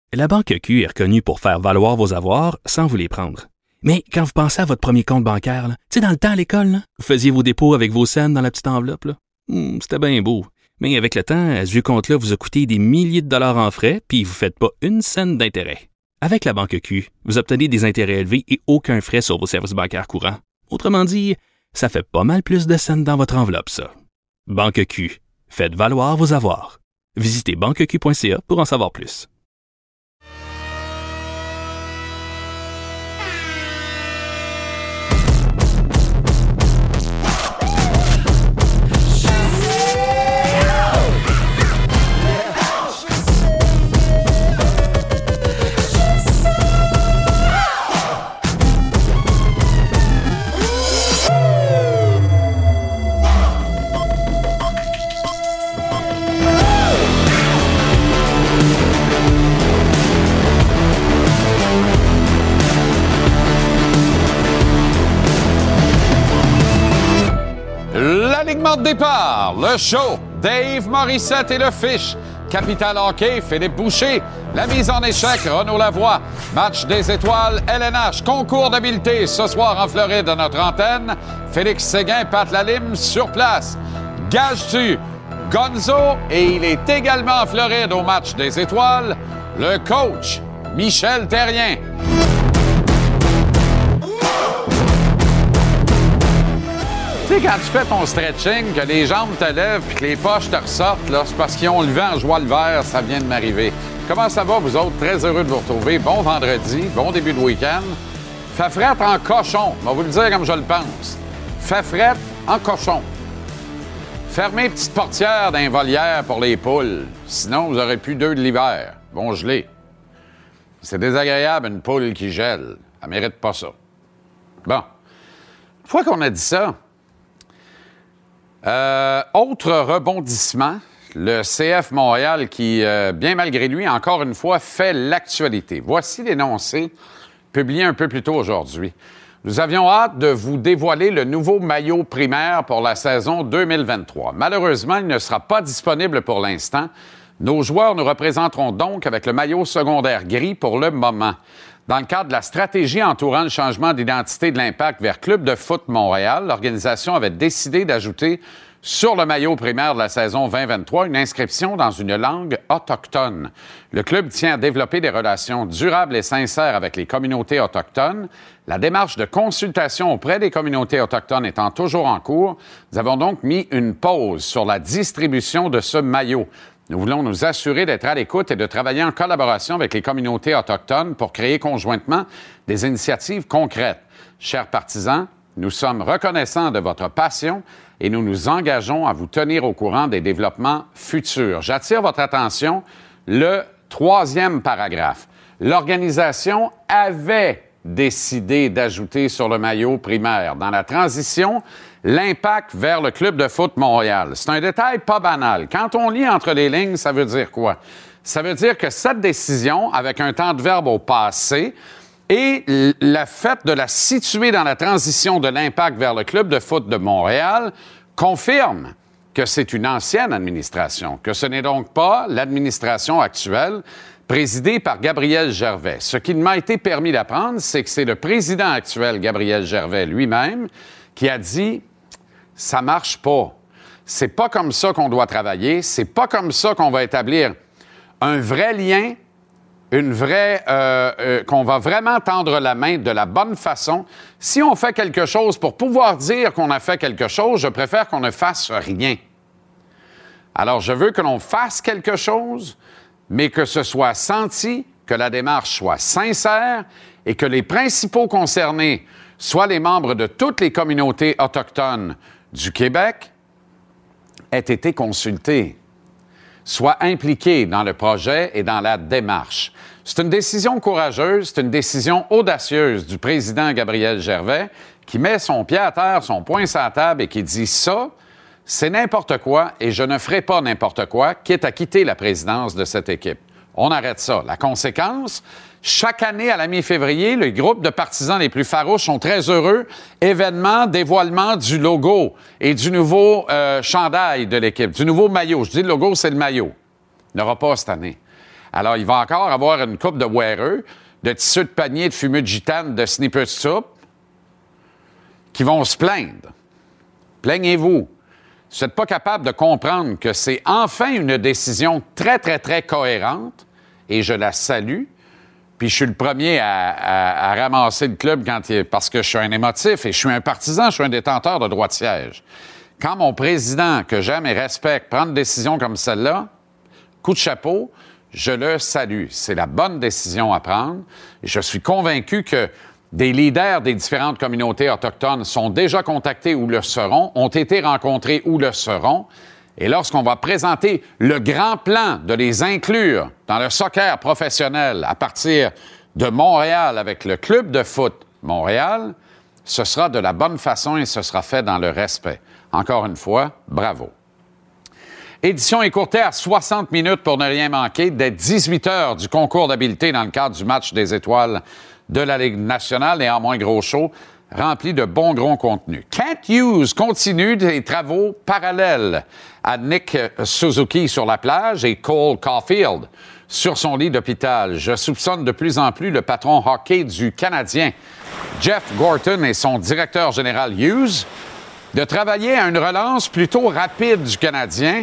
La Banque Q est reconnue pour faire valoir vos avoirs sans vous les prendre. Mais quand vous pensez à votre premier compte bancaire, tu sais, dans le temps à l'école, là, vous faisiez vos dépôts avec vos scènes dans la petite enveloppe. Là. C'était bien beau. Mais avec le temps, ce vieux compte-là vous a coûté des milliers de dollars en frais, puis vous ne faites pas une scène d'intérêt. Avec la Banque Q, vous obtenez des intérêts élevés et aucun frais sur vos services bancaires courants. Autrement dit, ça fait pas mal plus de scènes dans votre enveloppe, ça. Banque Q. Faites valoir vos avoirs. Visitez banqueq.ca pour en savoir plus. L'alignement de départ, le show, Dave Morissette et le Fish, Capital Hockey, Philippe Boucher, la mise en échec, Renaud Lavoie, match des étoiles, LNH, concours d'habileté ce soir en Floride à notre antenne, Félix Séguin, Pat Lalime sur place, Gage-tu, Gonzo, et il est également en Floride au match des étoiles, le coach, Michel Therrien. Tu sais, quand tu fais ton stretching, que les jambes te lèvent et que les poches te ressortent, là, c'est parce qu'ils ont le vent en joie le vert, ça vient de m'arriver. Comment ça va, vous autres? Très heureux de vous retrouver. Bon vendredi, bon début de week-end. Fait frette en cochon, on va vous le dire comme je le pense. Fait frette en cochon. Fermez petite portière d'un volière pour les poules. Sinon, vous aurez plus d'œufs de l'hiver. Bon gelé. C'est désagréable, une poule qui gèle. Elle mérite pas ça. Bon. Une fois qu'on a dit ça, autre rebondissement, le CF Montréal qui, bien malgré lui, encore une fois, fait l'actualité. Voici l'énoncé publié un peu plus tôt aujourd'hui. Nous avions hâte de vous dévoiler le nouveau maillot primaire pour la saison 2023. Malheureusement, il ne sera pas disponible pour l'instant. Nos joueurs nous représenteront donc avec le maillot secondaire gris pour le moment. Dans le cadre de la stratégie entourant le changement d'identité de l'Impact vers Club de foot Montréal, l'organisation avait décidé d'ajouter sur le maillot primaire de la saison 2023 une inscription dans une langue autochtone. Le club tient à développer des relations durables et sincères avec les communautés autochtones. La démarche de consultation auprès des communautés autochtones étant toujours en cours, nous avons donc mis une pause sur la distribution de ce maillot. Nous voulons nous assurer d'être à l'écoute et de travailler en collaboration avec les communautés autochtones pour créer conjointement des initiatives concrètes. Chers partisans, nous sommes reconnaissants de votre passion et nous nous engageons à vous tenir au courant des développements futurs. J'attire votre attention, le 3e paragraphe. L'organisation avait décidé d'ajouter sur le maillot primaire dans la transition l'Impact vers le Club de foot Montréal. C'est un détail pas banal. Quand on lit entre les lignes, ça veut dire quoi? Ça veut dire que cette décision, avec un temps de verbe au passé, et le fait de la situer dans la transition de l'Impact vers le Club de foot de Montréal confirme que c'est une ancienne administration, que ce n'est donc pas l'administration actuelle présidée par Gabriel Gervais. Ce qu'il m'a été permis d'apprendre, c'est que c'est le président actuel, Gabriel Gervais lui-même, qui a dit « ça marche pas. C'est pas comme ça qu'on doit travailler. C'est pas comme ça qu'on va établir un vrai lien, qu'on va vraiment tendre la main de la bonne façon. Si on fait quelque chose pour pouvoir dire qu'on a fait quelque chose, je préfère qu'on ne fasse rien. Alors, je veux que l'on fasse quelque chose, mais que ce soit senti, que la démarche soit sincère et que les principaux concernés soient les membres de toutes les communautés autochtones du Québec, aient été consultés, soient impliqués dans le projet et dans la démarche. C'est une décision courageuse, c'est une décision audacieuse du président Gabriel Gervais qui met son pied à terre, son poing sur la table et qui dit ça, c'est n'importe quoi et je ne ferai pas n'importe quoi, quitte à quitter la présidence de cette équipe. On arrête ça. La conséquence, chaque année à la mi-février, les groupes de partisans les plus farouches sont très heureux. Événement, dévoilement du logo et du nouveau chandail de l'équipe, du nouveau maillot. Je dis le logo, c'est le maillot. Il n'y aura pas cette année. Alors, il va encore avoir une coupe de wearers, de tissus de panier, de fumée de gitane, de snippets de soupe, qui vont se plaindre. Plaignez-vous. Vous n'êtes pas capable de comprendre que c'est enfin une décision très, très, très cohérente, et je la salue. Puis je suis le premier à ramasser le club parce que je suis un émotif et je suis un partisan, je suis un détenteur de droit de siège. Quand mon président, que j'aime et respecte, prend une décision comme celle-là, coup de chapeau, je le salue. C'est la bonne décision à prendre. Et je suis convaincu que des leaders des différentes communautés autochtones sont déjà contactés ou le seront, ont été rencontrés ou le seront. Et lorsqu'on va présenter le grand plan de les inclure dans le soccer professionnel à partir de Montréal avec le club de foot Montréal, ce sera de la bonne façon et ce sera fait dans le respect. Encore une fois, bravo. Édition écourtée à 60 minutes pour ne rien manquer, dès 18 heures du concours d'habileté dans le cadre du match des étoiles de la Ligue nationale, néanmoins gros show, rempli de bons gros contenus. Kent Hughes continue des travaux parallèles à Nick Suzuki sur la plage et Cole Caulfield sur son lit d'hôpital. Je soupçonne de plus en plus le patron hockey du Canadien, Jeff Gorton, et son directeur général Hughes, de travailler à une relance plutôt rapide du Canadien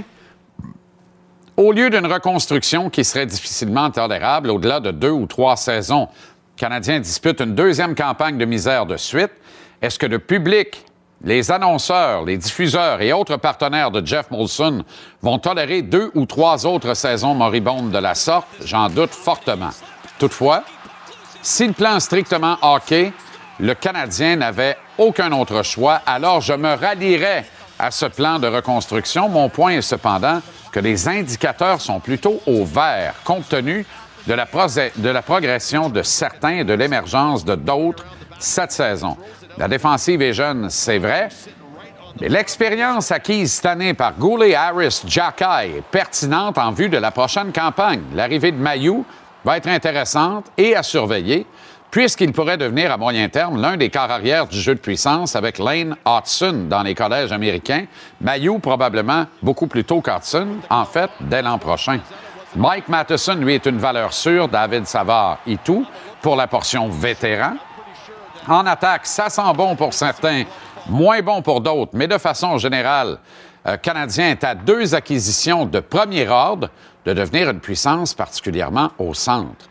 au lieu d'une reconstruction qui serait difficilement tolérable au-delà de 2 ou 3 saisons. Le Canadien dispute une deuxième campagne de misère de suite. Est-ce que le public, les annonceurs, les diffuseurs et autres partenaires de Jeff Molson vont tolérer 2 ou 3 autres saisons moribondes de la sorte? J'en doute fortement. Toutefois, si le plan strictement hockey, le Canadien n'avait aucun autre choix, alors je me rallierais à ce plan de reconstruction. Mon point est cependant que les indicateurs sont plutôt au vert, compte tenu de la progression de certains et de l'émergence de d'autres cette saison. La défensive est jeune, c'est vrai, mais l'expérience acquise cette année par Goulet, Harris, Xhekaj est pertinente en vue de la prochaine campagne. L'arrivée de Mailloux va être intéressante et à surveiller, puisqu'il pourrait devenir à moyen terme l'un des corps arrière du jeu de puissance avec Lane Hudson dans les collèges américains. Mailloux probablement beaucoup plus tôt qu'Hudson, en fait, dès l'an prochain. Mike Matheson, lui, est une valeur sûre. David Savard et tout pour la portion vétéran. En attaque, ça sent bon pour certains, moins bon pour d'autres, mais de façon générale, Canadien est à 2 acquisitions de premier ordre de devenir une puissance particulièrement au centre.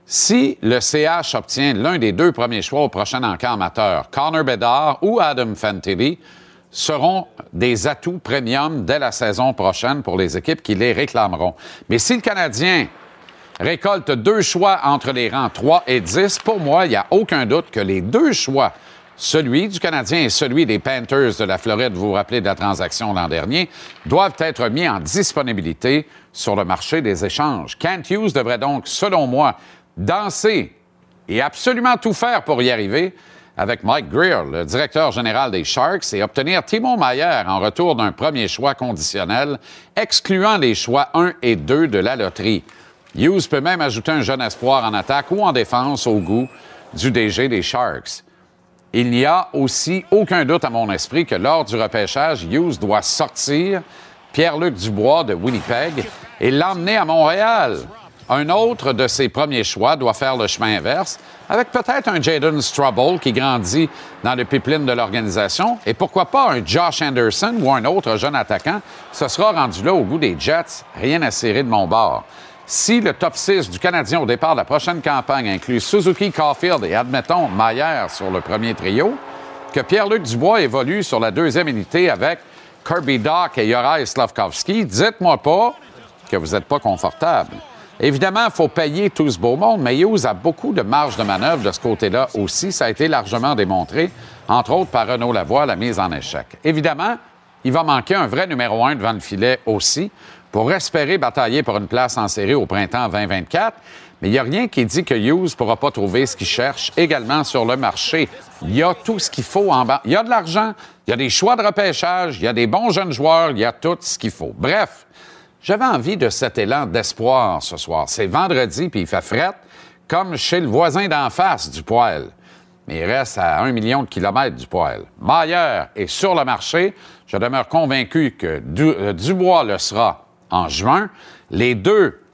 Si le CH obtient l'un des 2 premiers choix au prochain encamp amateur, Connor Bedard ou Adam Fantilli seront des atouts premium dès la saison prochaine pour les équipes qui les réclameront. Mais si le Canadien récolte 2 choix entre les rangs 3 et 10, pour moi, il n'y a aucun doute que les 2 choix, celui du Canadien et celui des Panthers de la Floride, vous vous rappelez de la transaction l'an dernier, doivent être mis en disponibilité sur le marché des échanges. Kent Hughes devrait donc, selon moi, danser et absolument tout faire pour y arriver avec Mike Greer, le directeur général des Sharks, et obtenir Timo Meier en retour d'un premier choix conditionnel, excluant les choix 1 et 2 de la loterie. Hughes peut même ajouter un jeune espoir en attaque ou en défense au goût du DG des Sharks. Il n'y a aussi aucun doute à mon esprit que lors du repêchage, Hughes doit sortir Pierre-Luc Dubois de Winnipeg et l'emmener à Montréal. Un autre de ses premiers choix doit faire le chemin inverse, avec peut-être un Jayden Struble qui grandit dans le pipeline de l'organisation, et pourquoi pas un Josh Anderson ou un autre jeune attaquant. Ce sera rendu là au goût des Jets, rien à cirer de mon bord. Si le top 6 du Canadien au départ de la prochaine campagne inclut Suzuki, Caulfield et, admettons, Meier sur le premier trio, que Pierre-Luc Dubois évolue sur la deuxième unité avec Kirby Dach et Juraj Slafkovský, dites-moi pas que vous n'êtes pas confortable. Évidemment, il faut payer tout ce beau monde, mais Hughes a beaucoup de marge de manœuvre de ce côté-là aussi. Ça a été largement démontré, entre autres par Renaud Lavoie, la mise en échec. Évidemment, il va manquer un vrai numéro 1 devant le filet aussi pour espérer batailler pour une place en série au printemps 2024. Mais il n'y a rien qui dit que Hughes ne pourra pas trouver ce qu'il cherche également sur le marché. Il y a tout ce qu'il faut en bas. Il y a de l'argent, il y a des choix de repêchage, il y a des bons jeunes joueurs, il y a tout ce qu'il faut. Bref, j'avais envie de cet élan d'espoir ce soir. C'est vendredi, puis il fait fret, comme chez le voisin d'en face du poêle. Mais il reste à 1 million de kilomètres du poêle. Meier est sur le marché. Je demeure convaincu que Dubois le sera en juin. Les deux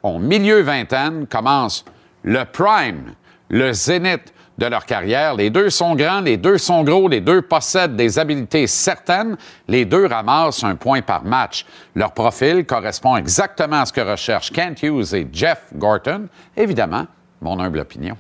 au milieu vingtaine, commence le prime, le zénith de leur carrière. Les deux sont grands, les deux sont gros, les deux possèdent des habiletés certaines. Les deux ramassent un point par match. Leur profil correspond exactement à ce que recherchent Kent Hughes et Jeff Gorton. Évidemment, mon humble opinion.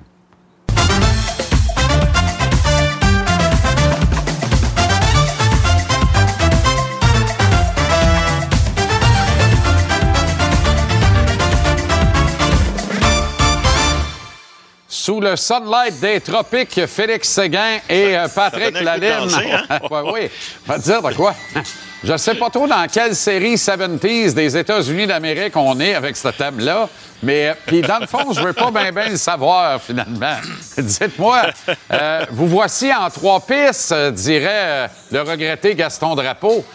Sous le sunlight des tropiques, Félix Séguin et Patrick Lalime. Oui, on va te dire de quoi. Je ne sais pas trop dans quelle série 70s des États-Unis d'Amérique on est avec ce thème-là, mais puis dans le fond, je veux pas bien le savoir, finalement. Dites-moi, vous voici en 3 pistes, dirait le regretté Gaston Drapeau.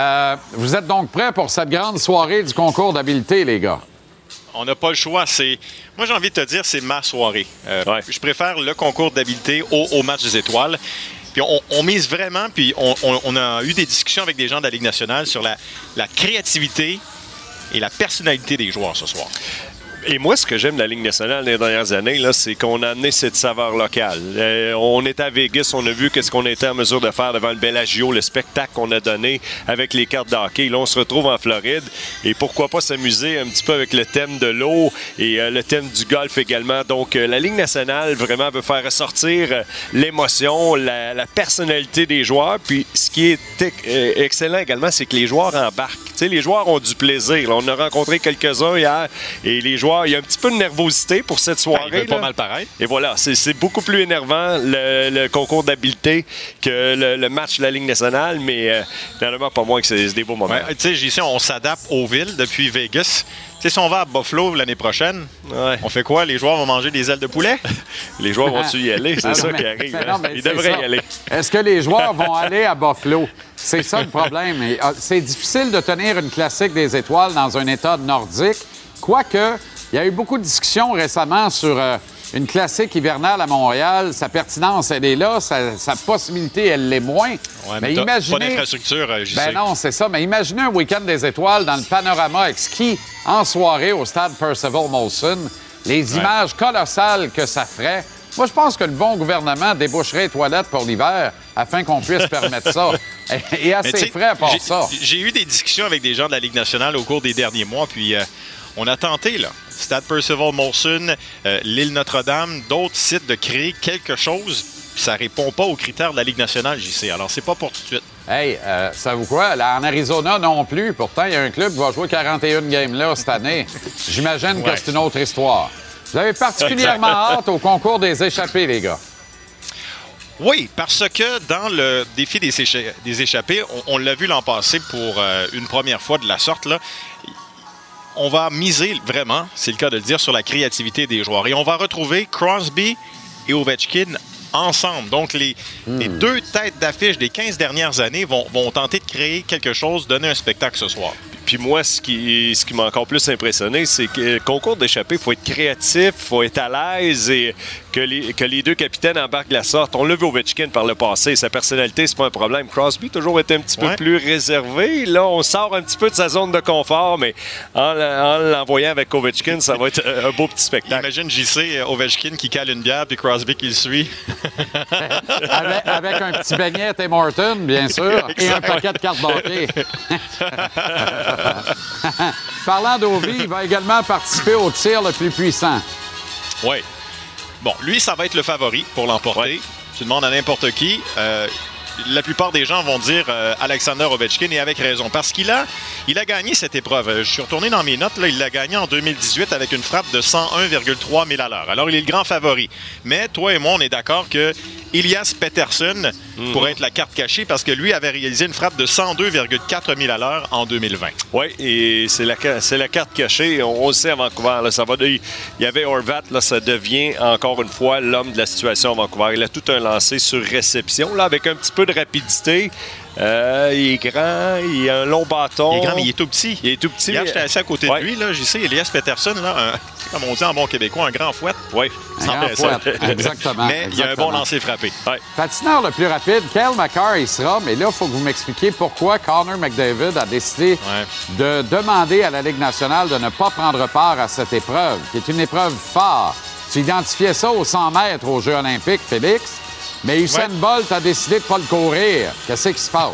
Vous êtes donc prêts pour cette grande soirée du concours d'habileté, les gars? On n'a pas le choix. Moi, j'ai envie de te dire, c'est ma soirée. Je préfère le concours d'habileté au match des étoiles. Puis on mise vraiment, puis on a eu des discussions avec des gens de la Ligue nationale sur la créativité et la personnalité des joueurs ce soir. Et moi, ce que j'aime de la Ligue nationale les dernières années, là, c'est qu'on a amené cette saveur locale. On était à Vegas, on a vu ce qu'on était en mesure de faire devant le Bellagio, le spectacle qu'on a donné avec les cartes de hockey. Là, on se retrouve en Floride et pourquoi pas s'amuser un petit peu avec le thème de l'eau et le thème du golf également. Donc, la Ligue nationale vraiment veut faire ressortir l'émotion, la personnalité des joueurs. Puis, ce qui est excellent également, c'est que les joueurs embarquent. Tu sais, les joueurs ont du plaisir. Là, on a rencontré quelques-uns hier et les joueurs, il y a un petit peu de nervosité pour cette soirée. Il peut pas mal paraître. Et voilà, c'est beaucoup plus énervant le concours d'habileté que le match de la Ligue nationale, mais finalement, pas moins que c'est des beaux moments. Tu sais, JC, on s'adapte aux villes depuis Vegas. Tu sais, si on va à Buffalo l'année prochaine, on fait quoi? Les joueurs vont manger des ailes de poulet? Les joueurs vont-tu y aller? C'est ça qui arrive. Ils devraient y aller. Est-ce que les joueurs vont aller à Buffalo? C'est ça le problème. C'est difficile de tenir une classique des étoiles dans un état nordique, quoique il y a eu beaucoup de discussions récemment sur une classique hivernale à Montréal. Sa pertinence, elle est là. Sa possibilité, elle l'est moins. Ouais, mais imaginez... Pas d'infrastructure, j'y sais. Ben non, c'est ça. Mais imaginez un week-end des étoiles dans le panorama avec ski en soirée au stade Percival Molson. Les images colossales que ça ferait. Moi, je pense que le bon gouvernement déboucherait les toilettes pour l'hiver afin qu'on puisse permettre ça. Et assez frais à part ça. J'ai eu des discussions avec des gens de la Ligue nationale au cours des derniers mois, puis... on a tenté, là, Stade Percival Molson, l'île Notre-Dame, d'autres sites de créer quelque chose, puis ça répond pas aux critères de la Ligue nationale, JC. Alors, c'est pas pour tout de suite. Hey, savez-vous quoi? Là, en Arizona non plus. Pourtant, il y a un club qui va jouer 41 games là cette année. J'imagine que c'est une autre histoire. Vous avez particulièrement hâte au concours des échappées, les gars. Oui, parce que dans le défi des échappées, on l'a vu l'an passé pour une première fois de la sorte, là. On va miser vraiment, c'est le cas de le dire, sur la créativité des joueurs. Et on va retrouver Crosby et Ovechkin ensemble. Donc, les deux têtes d'affiche des 15 dernières années vont tenter de créer quelque chose, donner un spectacle ce soir. Puis moi, ce qui m'a encore plus impressionné, c'est que le concours d'échappée, il faut être créatif, il faut être à l'aise et que les deux capitaines embarquent de la sorte. On l'a vu Ovechkin par le passé, sa personnalité, c'est pas un problème. Crosby toujours été un petit peu plus réservé. Là, on sort un petit peu de sa zone de confort, mais en l'envoyant avec Ovechkin, ça va être un beau petit spectacle. Imagine JC, Ovechkin qui cale une bière, puis Crosby qui le suit. avec un petit beignet Tim Hortons, bien sûr, et un paquet de cartes banquées. Parlant d'Ovi, il va également participer au tir le plus puissant. Oui. Bon, lui, ça va être le favori pour l'emporter. Ouais. Tu demandes à n'importe qui. La plupart des gens vont dire Alexander Ovechkin, et avec raison, parce qu'il a gagné cette épreuve. Je suis retourné dans mes notes, là, il l'a gagné en 2018 avec une frappe de 101,3 000 à l'heure. Alors, il est le grand favori. Mais toi et moi, on est d'accord que Elias Pettersson pourrait être la carte cachée parce que lui avait réalisé une frappe de 102,4 000 à l'heure en 2020. Oui, et c'est la carte cachée. On le sait à Vancouver. Là, il y avait Horvat, là, ça devient encore une fois l'homme de la situation à Vancouver. Il a tout un lancé sur réception, là, avec un petit peu de rapidité. Il est grand, il a un long bâton. Il est grand, mais il est tout petit. Il est tout petit. Hier, j'étais assis à côté de lui, là, j'y sais, Elias Pettersson, là, comme on dit en bon québécois, un grand fouette. Oui. Un grand fouette, exactement. Mais il y a un bon lancer frappé. Ouais. Patineur le plus rapide, Cale Makar, il sera, mais là, il faut que vous m'expliquiez pourquoi Connor McDavid a décidé de demander à la Ligue nationale de ne pas prendre part à cette épreuve, qui est une épreuve phare. Tu identifiais ça aux 100 mètres aux Jeux olympiques, Félix, mais Usain Bolt a décidé de ne pas le courir. Qu'est-ce qui se passe?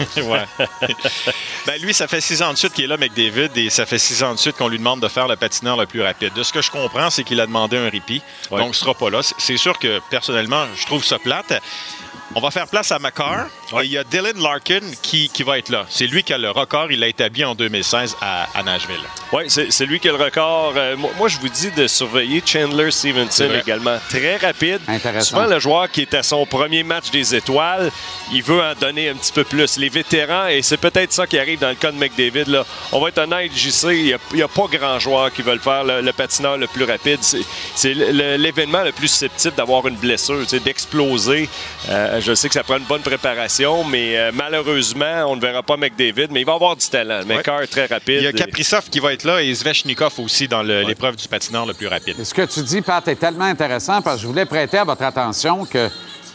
Ben lui, ça fait 6 ans de suite qu'il est là, McDavid, et ça fait 6 ans de suite qu'on lui demande de faire le patineur le plus rapide. De ce que je comprends, c'est qu'il a demandé un répit, donc il ne sera pas là. C'est sûr que, personnellement, je trouve ça plate. On va faire place à Makar. Et il y a Dylan Larkin qui va être là. C'est lui qui a le record. Il l'a établi en 2016 à Nashville. Oui, c'est lui qui a le record. Moi, je vous dis de surveiller Chandler Stevenson également. Très rapide. Intéressant. Souvent, le joueur qui est à son premier match des étoiles, il veut en donner un petit peu plus. Les vétérans, et c'est peut-être ça qui arrive dans le cas de McDavid, là. On va être honnête, JC, il n'y a pas grand joueur qui veut le faire, le patineur le plus rapide. C'est l'événement le plus susceptible d'avoir une blessure, d'exploser. Je sais que ça prend une bonne préparation, mais malheureusement, on ne verra pas McDavid, mais il va avoir du talent. Makar est très rapide. Il y a Kaprizov qui va être là et Svechnikov aussi dans l'épreuve du patineur le plus rapide. Ce que tu dis, Pat, est tellement intéressant parce que je voulais prêter à votre attention que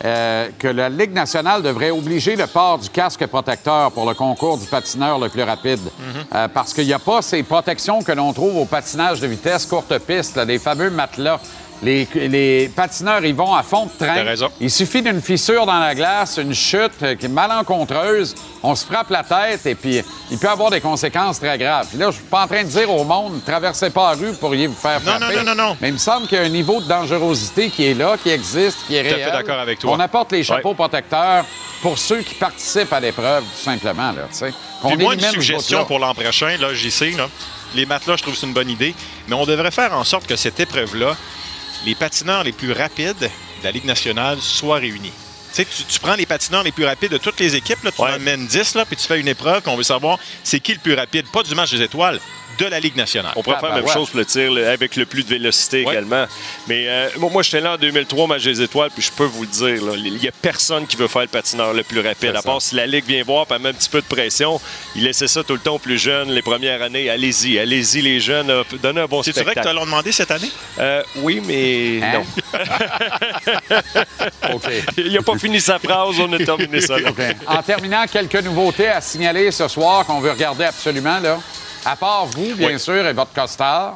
la Ligue nationale devrait obliger le port du casque protecteur pour le concours du patineur le plus rapide. Parce qu'il n'y a pas ces protections que l'on trouve au patinage de vitesse courte piste, là, les fameux matelas. Les patineurs, ils vont à fond de train. T'as raison. Il suffit d'une fissure dans la glace, une chute qui est malencontreuse, on se frappe la tête et puis il peut avoir des conséquences très graves. Puis là, je suis pas en train de dire au monde, traversez pas la rue, pourriez vous faire frapper. Non. Mais il me semble qu'il y a un niveau de dangerosité qui est là, qui existe, qui est réel. Tout à fait d'accord avec toi. On apporte les chapeaux protecteurs pour ceux qui participent à l'épreuve, tout simplement. Là, puis moi, une suggestion pour l'an prochain, là, j'y sais, là, les matelas, je trouve que c'est une bonne idée, mais on devrait faire en sorte que cette épreuve-là, les patineurs les plus rapides de la Ligue nationale soient réunis. Tu sais, tu prends les patineurs les plus rapides de toutes les équipes, là, tu en amènes 10, là, puis tu fais une épreuve qu'on veut savoir c'est qui le plus rapide, pas du match des étoiles, de la Ligue nationale. On pourrait faire la même chose pour le tir avec le plus de vélocité également. Mais moi, j'étais là en 2003, match des étoiles, puis je peux vous le dire, il n'y a personne qui veut faire le patineur le plus rapide. À part si la Ligue vient voir, puis elle met un petit peu de pression, il laissait ça tout le temps aux plus jeunes, les premières années. Allez-y, les jeunes, donnez un bon spectacle. C'est vrai que tu l'as demandé cette année? Oui, mais non. Okay. Il n'a pas fini sa phrase, on a terminé ça. Okay. En terminant, quelques nouveautés à signaler ce soir qu'on veut regarder absolument, là. À part vous, bien sûr, et votre costard.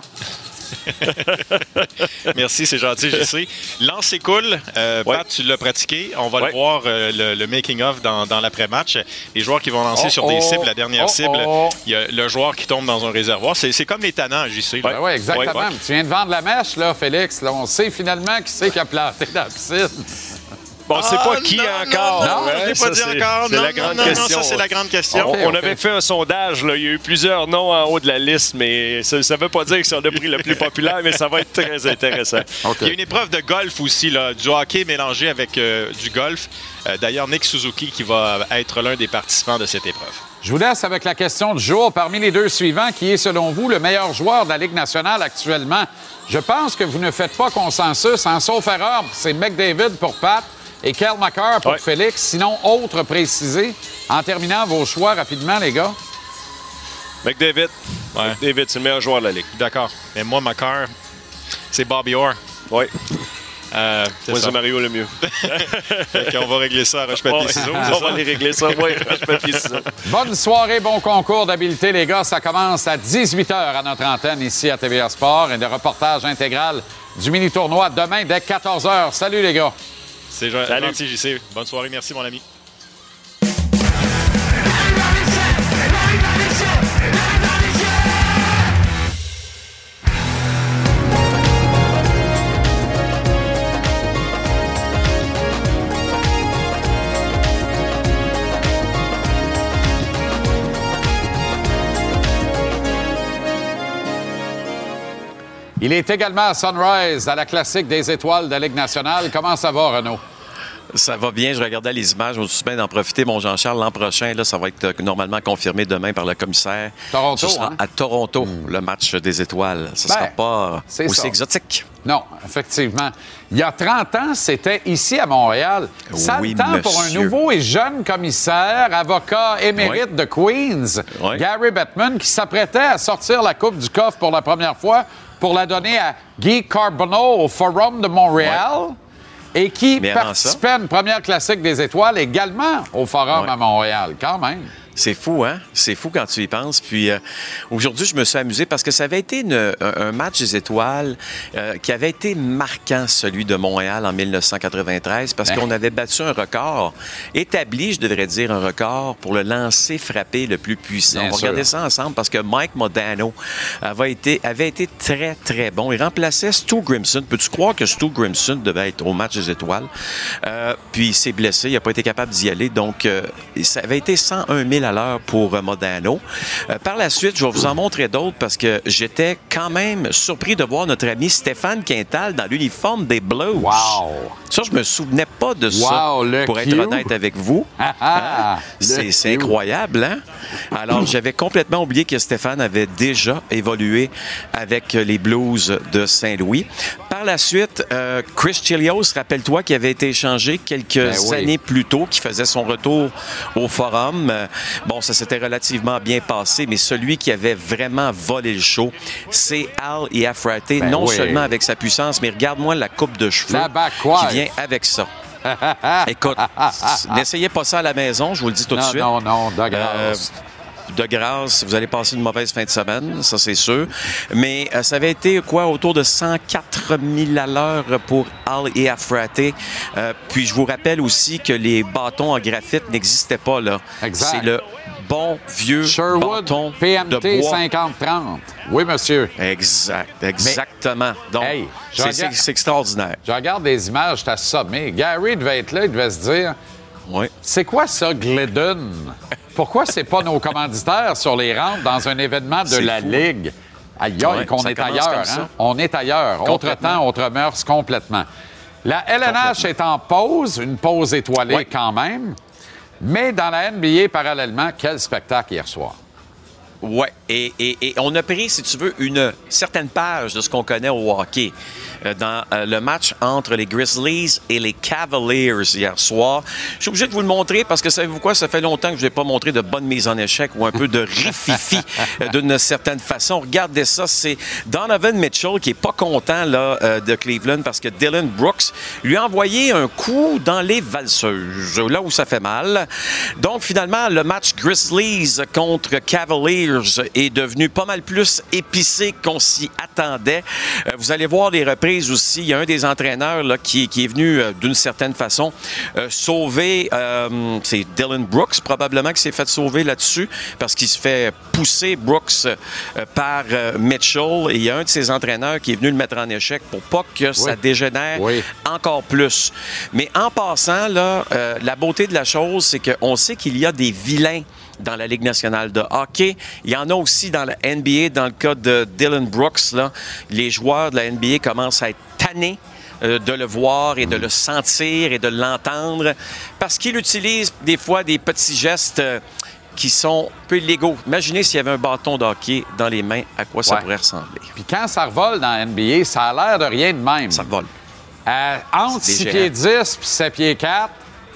Merci, c'est gentil, je sais. Lancer cool, Pat, tu l'as pratiqué. On va le voir, le making-of dans l'après-match. Les joueurs qui vont lancer sur des cibles, la dernière cible, il y a le joueur qui tombe dans un réservoir. C'est comme les tannants, j'y sais. Oui, exactement. Tu viens de vendre la mèche, là, Félix. Là, on sait finalement qui c'est qui a planté dans la piscine. Bon, c'est pas qui encore. Non, je ne l'ai pas dit encore. C'est la grande question. Ça, c'est la grande question. On avait fait un sondage. Là. Il y a eu plusieurs noms en haut de la liste, mais ça ne veut pas dire que c'est le prix le plus populaire, mais ça va être très intéressant. Il y a une épreuve de golf aussi, là, du hockey mélangé avec du golf. D'ailleurs, Nick Suzuki qui va être l'un des participants de cette épreuve. Je vous laisse avec la question du jour. Parmi les deux suivants, qui est, selon vous, le meilleur joueur de la Ligue nationale actuellement? Je pense que vous ne faites pas consensus. En sauf erreur, c'est McDavid pour Pat et Cale Makar pour Félix. Sinon, autre précisé. En terminant, vos choix rapidement, les gars. McDavid. McDavid, c'est le meilleur joueur de la Ligue. D'accord. Mais moi, Makar, c'est Bobby Orr. Oui. Moi, c'est Mario le mieux. On va régler ça à roche-papier-ciseaux. On va aller régler ça, roche-papier-ciseaux. Bonne soirée, bon concours d'habileté, les gars. Ça commence à 18h à notre antenne ici à TVA Sport et le reportage intégral du mini-tournoi demain dès 14h. Salut, les gars. C'est gentil, JC. Bonne soirée. Merci, mon ami. Il est également à Sunrise, à la classique des étoiles de la Ligue nationale. Comment ça va, Renaud? Ça va bien. Je regardais les images. Je me suis bien d'en profiter. Mon Jean-Charles, l'an prochain, là, ça va être normalement confirmé demain par le commissaire. Toronto, Ce sera à Toronto, le match des étoiles. Ça ne sera pas aussi exotique. Non, effectivement. Il y a 30 ans, c'était ici à Montréal. Ça Oui, le temps pour un nouveau et jeune commissaire, avocat émérite de Queens, Gary Bettman, qui s'apprêtait à sortir la Coupe du coffre pour la première fois pour la donner à Guy Carbonneau au Forum de Montréal. Et qui participait à une première classique des étoiles également au Forum à Montréal, quand même. C'est fou, hein? C'est fou quand tu y penses. Puis aujourd'hui, je me suis amusé parce que ça avait été un match des étoiles qui avait été marquant, celui de Montréal en 1993, parce qu'on avait battu un record, établi, je devrais dire, un record pour le lancer frappé le plus puissant. On va regarder ça ensemble parce que Mike Modano avait été très, très bon. Il remplaçait Stu Grimson. Peux-tu croire que Stu Grimson devait être au match des étoiles? Puis il s'est blessé, il n'a pas été capable d'y aller. Donc, ça avait été 101 000 à l'heure pour Modano. Par la suite, je vais vous en montrer d'autres parce que j'étais quand même surpris de voir notre ami Stéphane Quintal dans l'uniforme des Blues. Wow! Ça, je me souvenais pas de ça, pour être honnête avec vous. C'est incroyable, hein? Alors, j'avais complètement oublié que Stéphane avait déjà évolué avec les Blues de Saint-Louis. Par la suite, Chris Chelios, rappelle-toi, qui avait été échangé quelques années plus tôt, qui faisait son retour au Forum. Bon, ça s'était relativement bien passé, mais celui qui avait vraiment volé le show, c'est Al Iafrate, seulement avec sa puissance, mais regarde-moi la coupe de cheveux qui vient avec ça. Écoute, n'essayez pas ça à la maison, je vous le dis tout de suite. Non, de grâce. De grâce, vous allez passer une mauvaise fin de semaine, ça c'est sûr. Mais ça avait été autour de 104 000 à l'heure pour Al Iafrate. Puis je vous rappelle aussi que les bâtons en graphite n'existaient pas là. Exact. C'est le bon vieux Sherwood bâton PMT de bois. 50-30. Oui, monsieur. Exactement. Donc, c'est extraordinaire. Je regarde des images, t'as assommé. Gary devait être là, il devait se dire... C'est quoi ça, Glidden? Pourquoi c'est pas nos commanditaires sur les rampes dans un événement de la Ligue? Aïe, qu'on est ailleurs, hein? On est ailleurs. Autre temps, autre mœurs, complètement. La LNH est en pause, une pause étoilée quand même. Mais dans la NBA, parallèlement, quel spectacle hier soir? Oui, et on a pris, si tu veux, une certaine page de ce qu'on connaît au hockey dans le match entre les Grizzlies et les Cavaliers hier soir. Je suis obligé de vous le montrer parce que, savez-vous quoi, ça fait longtemps que je n'ai pas montré de bonne mise en échec ou un peu de rififi d'une certaine façon. Regardez ça, c'est Donovan Mitchell qui n'est pas content là, de Cleveland parce que Dylan Brooks lui a envoyé un coup dans les valseuses, là où ça fait mal. Donc, finalement, le match Grizzlies contre Cavaliers est devenu pas mal plus épicé qu'on s'y attendait. Vous allez voir les reprises aussi. Il y a un des entraîneurs là, qui est venu d'une certaine façon sauver, c'est Dylan Brooks probablement qui s'est fait sauver là-dessus parce qu'il se fait pousser Brooks par Mitchell et il y a un de ses entraîneurs qui est venu le mettre en échec pour pas que ça dégénère encore plus. Mais en passant, là, la beauté de la chose, c'est qu'on sait qu'il y a des vilains dans la Ligue nationale de hockey. Il y en a aussi dans la NBA. Dans le cas de Dylan Brooks, là, les joueurs de la NBA commencent à être tannés de le voir et de le sentir et de l'entendre parce qu'il utilise des fois des petits gestes qui sont peu illégaux. Imaginez s'il y avait un bâton de hockey dans les mains, à quoi ça pourrait ressembler. Puis quand ça revole dans la NBA, ça a l'air de rien de même. Ça revole. Entre 6 pieds 10 puis 7 pieds 4,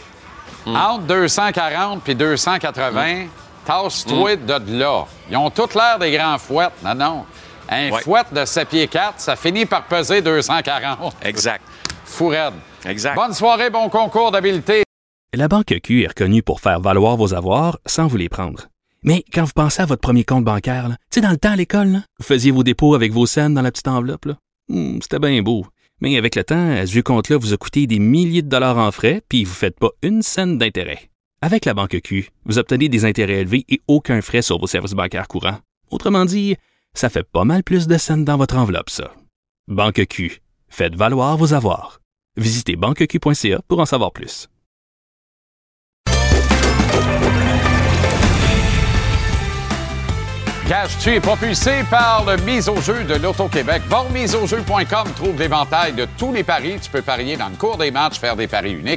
entre 240 puis 280, tasse-toi de là. Ils ont toutes l'air des grands fouettes. Non. Un fouet de 7 pieds 4, ça finit par peser 240. Exact. Fou raide. Exact. Bonne soirée, bon concours d'habileté. La Banque Q est reconnue pour faire valoir vos avoirs sans vous les prendre. Mais quand vous pensez à votre premier compte bancaire, tu sais, dans le temps à l'école, là, vous faisiez vos dépôts avec vos scènes dans la petite enveloppe. C'était bien beau. Mais avec le temps, ce vieux compte-là vous a coûté des milliers de dollars en frais, puis vous ne faites pas une scène d'intérêt. Avec la Banque Q, vous obtenez des intérêts élevés et aucun frais sur vos services bancaires courants. Autrement dit, ça fait pas mal plus de scènes dans votre enveloppe, ça. Banque Q. Faites valoir vos avoirs. Visitez banqueq.ca pour en savoir plus. Gage-tu est propulsé par le mise au jeu de l'Auto-Québec. Va au miseaujeu.com, trouve l'éventail de tous les paris. Tu peux parier dans le cours des matchs, faire des paris uniques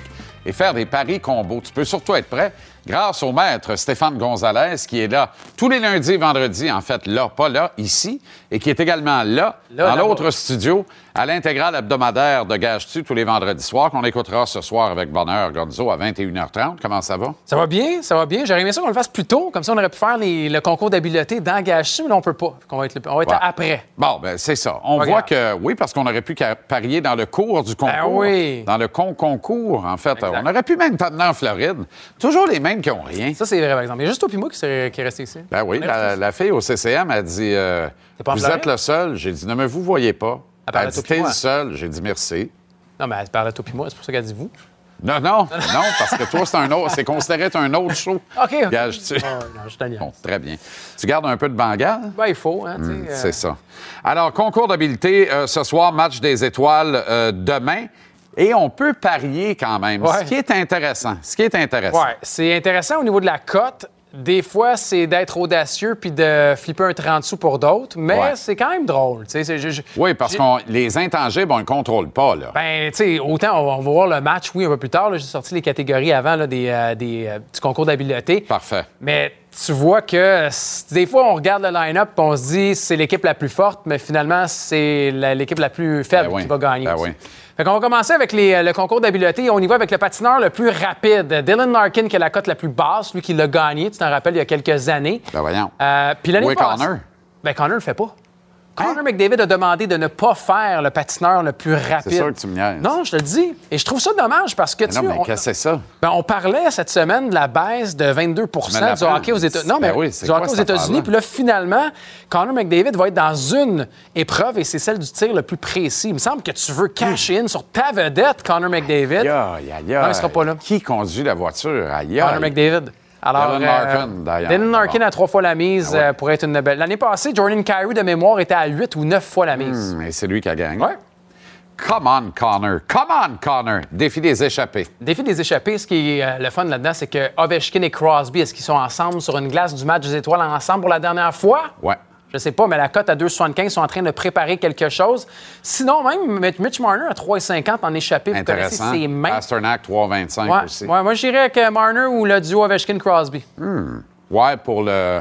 et faire des paris combos. Tu peux surtout être prêt grâce au maître Stéphane Gonzalez qui est là tous les lundis et vendredis, en fait, là, pas là, ici, et qui est également là dans l'autre studio, à l'intégrale hebdomadaire de Gage-tu tous les vendredis soirs, qu'on écoutera ce soir avec bonheur, Gonzo, à 21h30. Comment ça va? Ça va bien, ça va bien. J'aurais aimé ça qu'on le fasse plus tôt, comme ça on aurait pu faire le concours d'habileté dans Gage-tu, mais là on peut pas. On va être après. Bon, ben c'est ça. On voit que, oui, parce qu'on aurait pu parier dans le cours du concours. Ben oui. Dans le concours, en fait. Exact. On aurait pu même t'amener en Floride. Toujours les mêmes qui n'ont rien. Ça, c'est vrai, par exemple. Il y a juste toi et moi qui est resté ici. Ben oui, la fille au CCM a dit vous êtes le seul. J'ai dit, non, mais vous voyez pas. Elle a dit, t'es le seul. J'ai dit, merci. Non, mais elle parlait de toi et moi. C'est pour ça qu'elle dit vous. Non, parce que toi, c'est considéré être un autre show. OK. Gage-tu? Non, je t'aime. Bon, très bien. Tu gardes un peu de Bengale? Ben, il faut, hein, c'est ça. Alors, concours d'habileté ce soir, match des étoiles demain. Et on peut parier quand même, ce qui est intéressant. Oui, c'est intéressant au niveau de la cote. Des fois, c'est d'être audacieux puis de flipper un 30 sous pour d'autres, mais c'est quand même drôle. Oui, parce que les intangibles, on ne le contrôle pas. Là. Ben, tu sais, autant on va voir le match, un peu plus tard. Là, j'ai sorti les catégories avant là, du concours d'habileté. Parfait. Mais tu vois que des fois, on regarde le line-up et on se dit c'est l'équipe la plus forte, mais finalement, c'est l'équipe la plus faible qui va gagner. Ben oui. Fait qu'on va commencer avec le concours d'habileté. On y va avec le patineur le plus rapide. Dylan Larkin, qui a la cote la plus basse, lui qui l'a gagné, tu t'en rappelles, il y a quelques années. Ben voyons. Puis l'année passée... Connor? Ben Connor le fait pas. Connor McDavid a demandé de ne pas faire le patineur le plus rapide. C'est sûr que tu me niaises. Non, je te le dis. Et je trouve ça dommage parce que, mais qu'est-ce que c'est ça? Ben, on parlait cette semaine de la baisse de 22 du hockey aux États-Unis. Non, mais du hockey aux États-Unis. Puis là, finalement, Connor McDavid va être dans une épreuve et c'est celle du tir le plus précis. Il me semble que tu veux cash in sur ta vedette, Connor McDavid. Non, il sera pas là. Qui conduit la voiture? Connor McDavid. Alors, Dylan Larkin a 3 fois la mise pour être une belle. L'année passée, Jordan Kyrou, de mémoire, était à 8 ou 9 fois la mise. Et c'est lui qui a gagné. Ouais. Come on, Connor. Défi des échappés. Défi des échappés, ce qui est le fun là-dedans, c'est que Ovechkin et Crosby, est-ce qu'ils sont ensemble sur une glace du match des étoiles ensemble pour la dernière fois? Ouais. Je sais pas, mais la cote à 2,75 sont en train de préparer quelque chose. Sinon, même Mitch Marner à 3,50 en échappé. Vous connaissez ses mains. Pasternak, 3,25 aussi. Ouais, moi, je dirais que Marner ou le duo Ovechkin-Crosby. Ouais, pour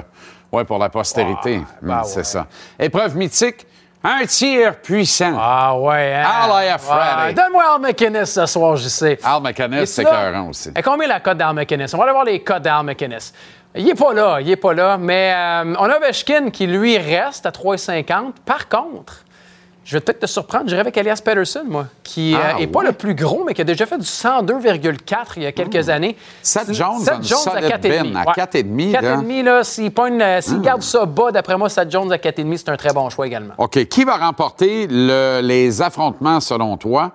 la postérité. C'est ça. Épreuve mythique, un tir puissant. Ah ouais, hein? Al Friday. Donne-moi Al MacInnis ce soir, je sais. Al MacInnis, c'est écœurant aussi. Et combien la cote d'Al MacInnis? On va aller voir les cotes d'Al MacInnis. Il n'est pas là, mais on a Ovechkin qui, lui, reste à 3,50. Par contre, je vais peut-être te surprendre, j'irai avec Elias Pettersson, moi, qui n'est pas le plus gros, mais qui a déjà fait du 102,4 il y a quelques années. Seth Jones à 4,5. À 4,5. 4,5, là, s'il garde ça bas, d'après moi, Seth Jones à 4,5, c'est un très bon choix également. OK. Qui va remporter les affrontements, selon toi,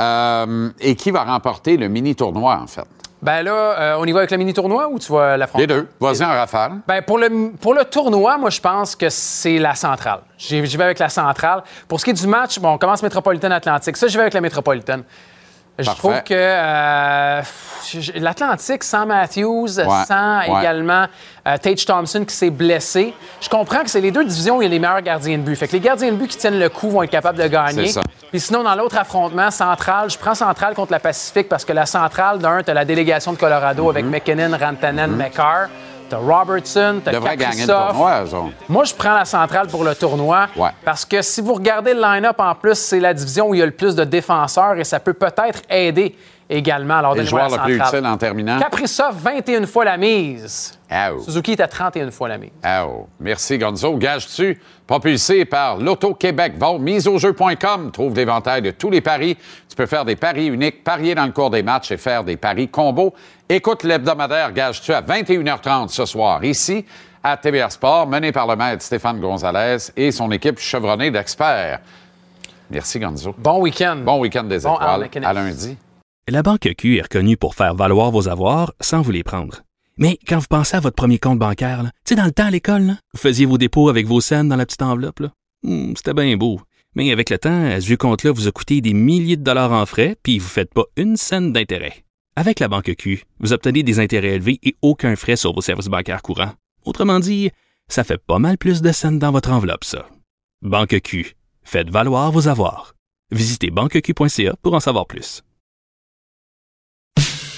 et qui va remporter le mini-tournoi, en fait? Ben là, on y va avec le mini-tournoi ou tu vas l'affronter? Les deux. Vas-y en rafale. Ben pour le tournoi, moi, je pense que c'est la centrale. J'y vais avec la centrale. Pour ce qui est du match, bon, on commence Métropolitaine Atlantique. Ça, j'y vais avec la Métropolitaine. Je trouve que l'Atlantique, sans Matthews, sans également Tage Thompson qui s'est blessé, je comprends que c'est les deux divisions où il y a les meilleurs gardiens de but. Fait que les gardiens de but qui tiennent le coup vont être capables de gagner. Puis sinon, dans l'autre affrontement, central, je prends central contre la Pacifique parce que la centrale, d'un, t'as la délégation de Colorado avec McKinnon, Rantanen, McCarr. T'as Robertson, t'as Kaprizov. Gagner le tournoi, moi, je prends la centrale pour le tournoi parce que si vous regardez le line-up, en plus, c'est la division où il y a le plus de défenseurs et ça peut peut-être aider également. Alors, le joueur le plus utile en terminant? Kaprizov, 21 fois la mise. Oh. Suzuki est à 31 fois la mise. Oh. Merci, Gonzo. Gage-tu, propulsé par l'Auto-Québec. Va au miseaujeu.com. Trouve l'éventail de tous les paris. Tu peux faire des paris uniques, parier dans le cours des matchs et faire des paris combos. Écoute l'hebdomadaire Gage-tu à 21h30 ce soir, ici, à TVR Sport, mené par le maître Stéphane Gonzalez et son équipe chevronnée d'experts. Merci, Gonzo. Bon week-end. Bon week-end des étoiles. À lundi. La Banque Q est reconnue pour faire valoir vos avoirs sans vous les prendre. Mais quand vous pensez à votre premier compte bancaire, tu sais, dans le temps à l'école, là, vous faisiez vos dépôts avec vos scènes dans la petite enveloppe. C'était bien beau. Mais avec le temps, ce vieux compte-là vous a coûté des milliers de dollars en frais, puis vous ne faites pas une scène d'intérêt. Avec la Banque Q, vous obtenez des intérêts élevés et aucun frais sur vos services bancaires courants. Autrement dit, ça fait pas mal plus de scènes dans votre enveloppe, ça. Banque Q. Faites valoir vos avoirs. Visitez banqueq.ca pour en savoir plus.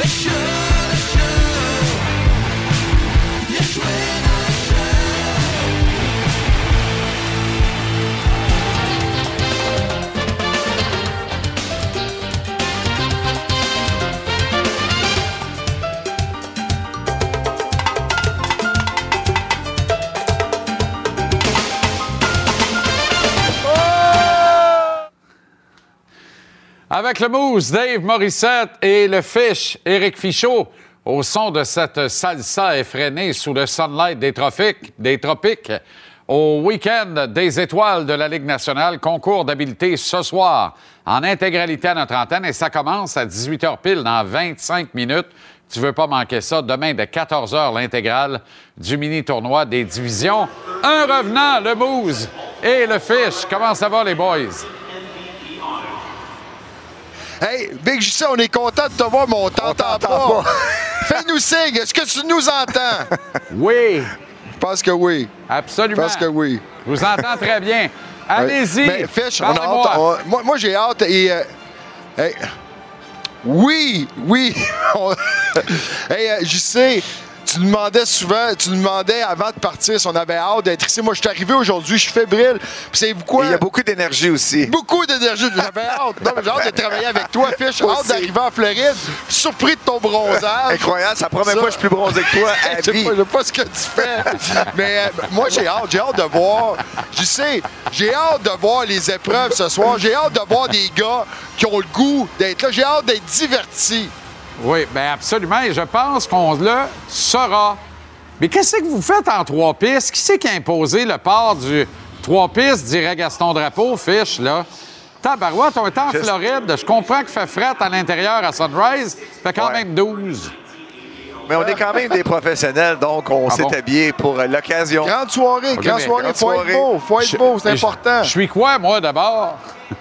Avec le Moose, Dave Morissette et le Fish, Éric Fichaud, au son de cette salsa effrénée sous le sunlight des tropiques, au week-end des étoiles de la Ligue nationale, concours d'habileté ce soir en intégralité à notre antenne et ça commence à 18h pile dans 25 minutes. Tu veux pas manquer ça. Demain, de 14h, l'intégrale du mini-tournoi des divisions. Un revenant, le Moose et le Fish. Comment ça va, les boys? Hey, Big JC, on est content de te voir, mais on t'entend pas. Fais-nous signe. Est-ce que tu nous entends? Oui. Je pense que oui. Absolument. Je pense que oui. Je vous entends très bien. Allez-y. Mais Fish, on a hâte. Moi, j'ai hâte. Et, hey, oui. Hey, JC, tu nous demandais avant de partir si on avait hâte d'être ici. Moi, je suis arrivé aujourd'hui, je suis fébrile. Puis savez-vous quoi? Il y a beaucoup d'énergie aussi. Beaucoup d'énergie. J'avais hâte. Non, mais j'ai hâte de travailler avec toi, Fish. J'ai hâte d'arriver en Floride. Je suis surpris de ton bronzage. Incroyable. C'est la première fois que je suis plus bronzé que toi à vie. Je sais pas ce que tu fais. Mais moi, j'ai hâte. J'ai hâte de voir. Je sais, j'ai hâte de voir les épreuves ce soir. J'ai hâte de voir des gars qui ont le goût d'être là. J'ai hâte d'être diverti. Oui, bien absolument. Et je pense qu'on le saura. Mais qu'est-ce que vous faites en 3 pistes? Qui c'est qui a imposé le port du 3 pistes, dirait Gaston Drapeau, Fish, là? Tabarouette, on est en Floride. Je comprends qu'il fait fret à l'intérieur à Sunrise. Fait quand même 12. Mais on est quand même des professionnels, donc on s'est habillé pour l'occasion. Grande soirée, Okay, grande soirée. Faut être beau, c'est important. Je suis quoi, moi, d'abord?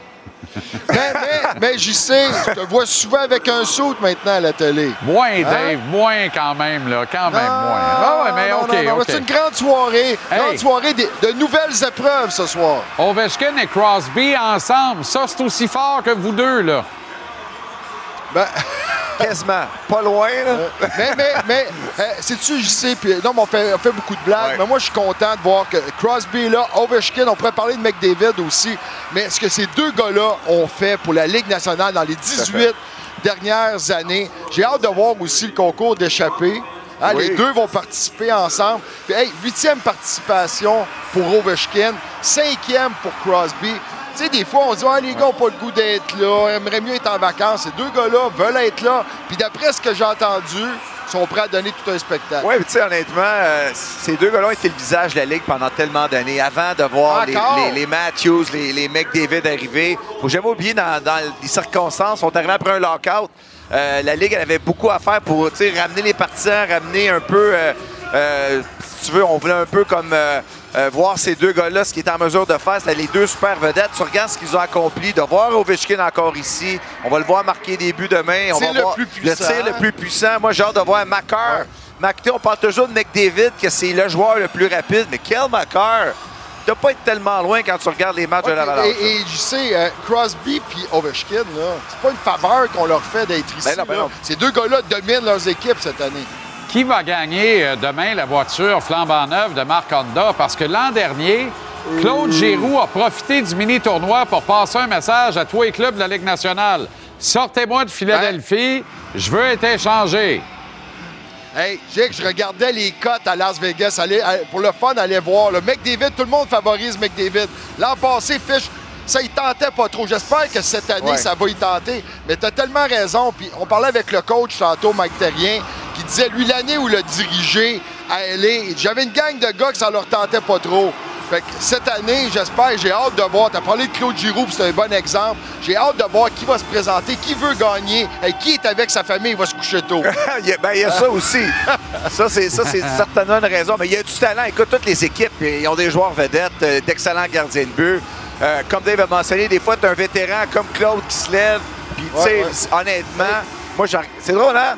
Mais j'y sais, je te vois souvent avec un saut maintenant à la télé. Moins, Dave, moins quand même, là. Quand même moins. Ah ouais, mais OK. C'est une grande soirée. Grande soirée de nouvelles épreuves ce soir. Ovechkin et Crosby ensemble, ça, c'est aussi fort que vous deux, là. Ben... Quasiment. Pas loin, là. Mais sais-tu, je sais, puis non, mais on fait beaucoup de blagues, Ouais. mais moi, je suis content de voir que Crosby est là, Ovechkin, on pourrait parler de McDavid aussi, mais ce que ces deux gars-là ont fait pour la Ligue nationale dans les 18 dernières années, j'ai hâte de voir aussi le concours d'échappée. Hein, Oui. Les deux vont participer ensemble. Puis, hey, 8e participation pour Ovechkin, 5e pour Crosby. Tu sais, des fois, on se dit, les gars n'ont pas le goût d'être là, aimeraient mieux être en vacances. Ces deux gars-là veulent être là. Puis d'après ce que j'ai entendu, ils sont prêts à donner tout un spectacle. Oui, mais tu sais, honnêtement, ces deux gars-là ont été le visage de la Ligue pendant tellement d'années. Avant de voir les Matthews, les McDavid arriver, faut jamais oublier, dans les circonstances, ils sont arrivés après un lockout. La Ligue, elle avait beaucoup à faire pour ramener les partisans, ramener un peu, si tu veux, on voulait un peu comme voir ces deux gars-là, ce qu'ils étaient en mesure de faire. C'était les deux super vedettes. Tu regardes ce qu'ils ont accompli, de voir Ovechkin encore ici. On va le voir marquer des buts demain. On va voir le tir le plus puissant. Moi, j'ai hâte de voir Makar. Ouais. On parle toujours de McDavid, que c'est le joueur le plus rapide, mais quel Makar! Il ne doit pas être tellement loin quand tu regardes les matchs de l'Avalanche. Et je sais, Crosby puis Ovechkin, c'est pas une faveur qu'on leur fait d'être ici. non. Ces deux gars-là dominent leurs équipes cette année. Qui va gagner demain la voiture flambant neuve de Marc Honda? Parce que l'an dernier, Claude Giroux a profité du mini-tournoi pour passer un message à tous les clubs de la Ligue nationale. Sortez-moi de Philadelphie, je veux être échangé. Hey, Jake, je regardais les cotes à Las Vegas. Pour le fun, aller voir. Le McDavid, tout le monde favorise McDavid. L'an passé, Fish, ça y tentait pas trop. J'espère que cette année, ça va y tenter. Mais tu as tellement raison. Puis on parlait avec le coach tantôt, Mike Terrien, qui disait, lui, l'année où il a dirigé à LA, j'avais une gang de gars que ça leur tentait pas trop. Fait que cette année, j'espère, j'ai hâte de voir. Tu as parlé de Claude Giroux, c'est un bon exemple. J'ai hâte de voir qui va se présenter, qui veut gagner, et qui est avec sa famille, il va se coucher tôt. Il y a ça aussi. Ça, c'est certainement une raison. Mais il y a du talent. Écoute, toutes les équipes, ils ont des joueurs vedettes, d'excellents gardiens de but. Comme Dave a mentionné, des fois, tu as un vétéran comme Claude qui se lève. Puis, tu sais, honnêtement, moi, c'est drôle, hein?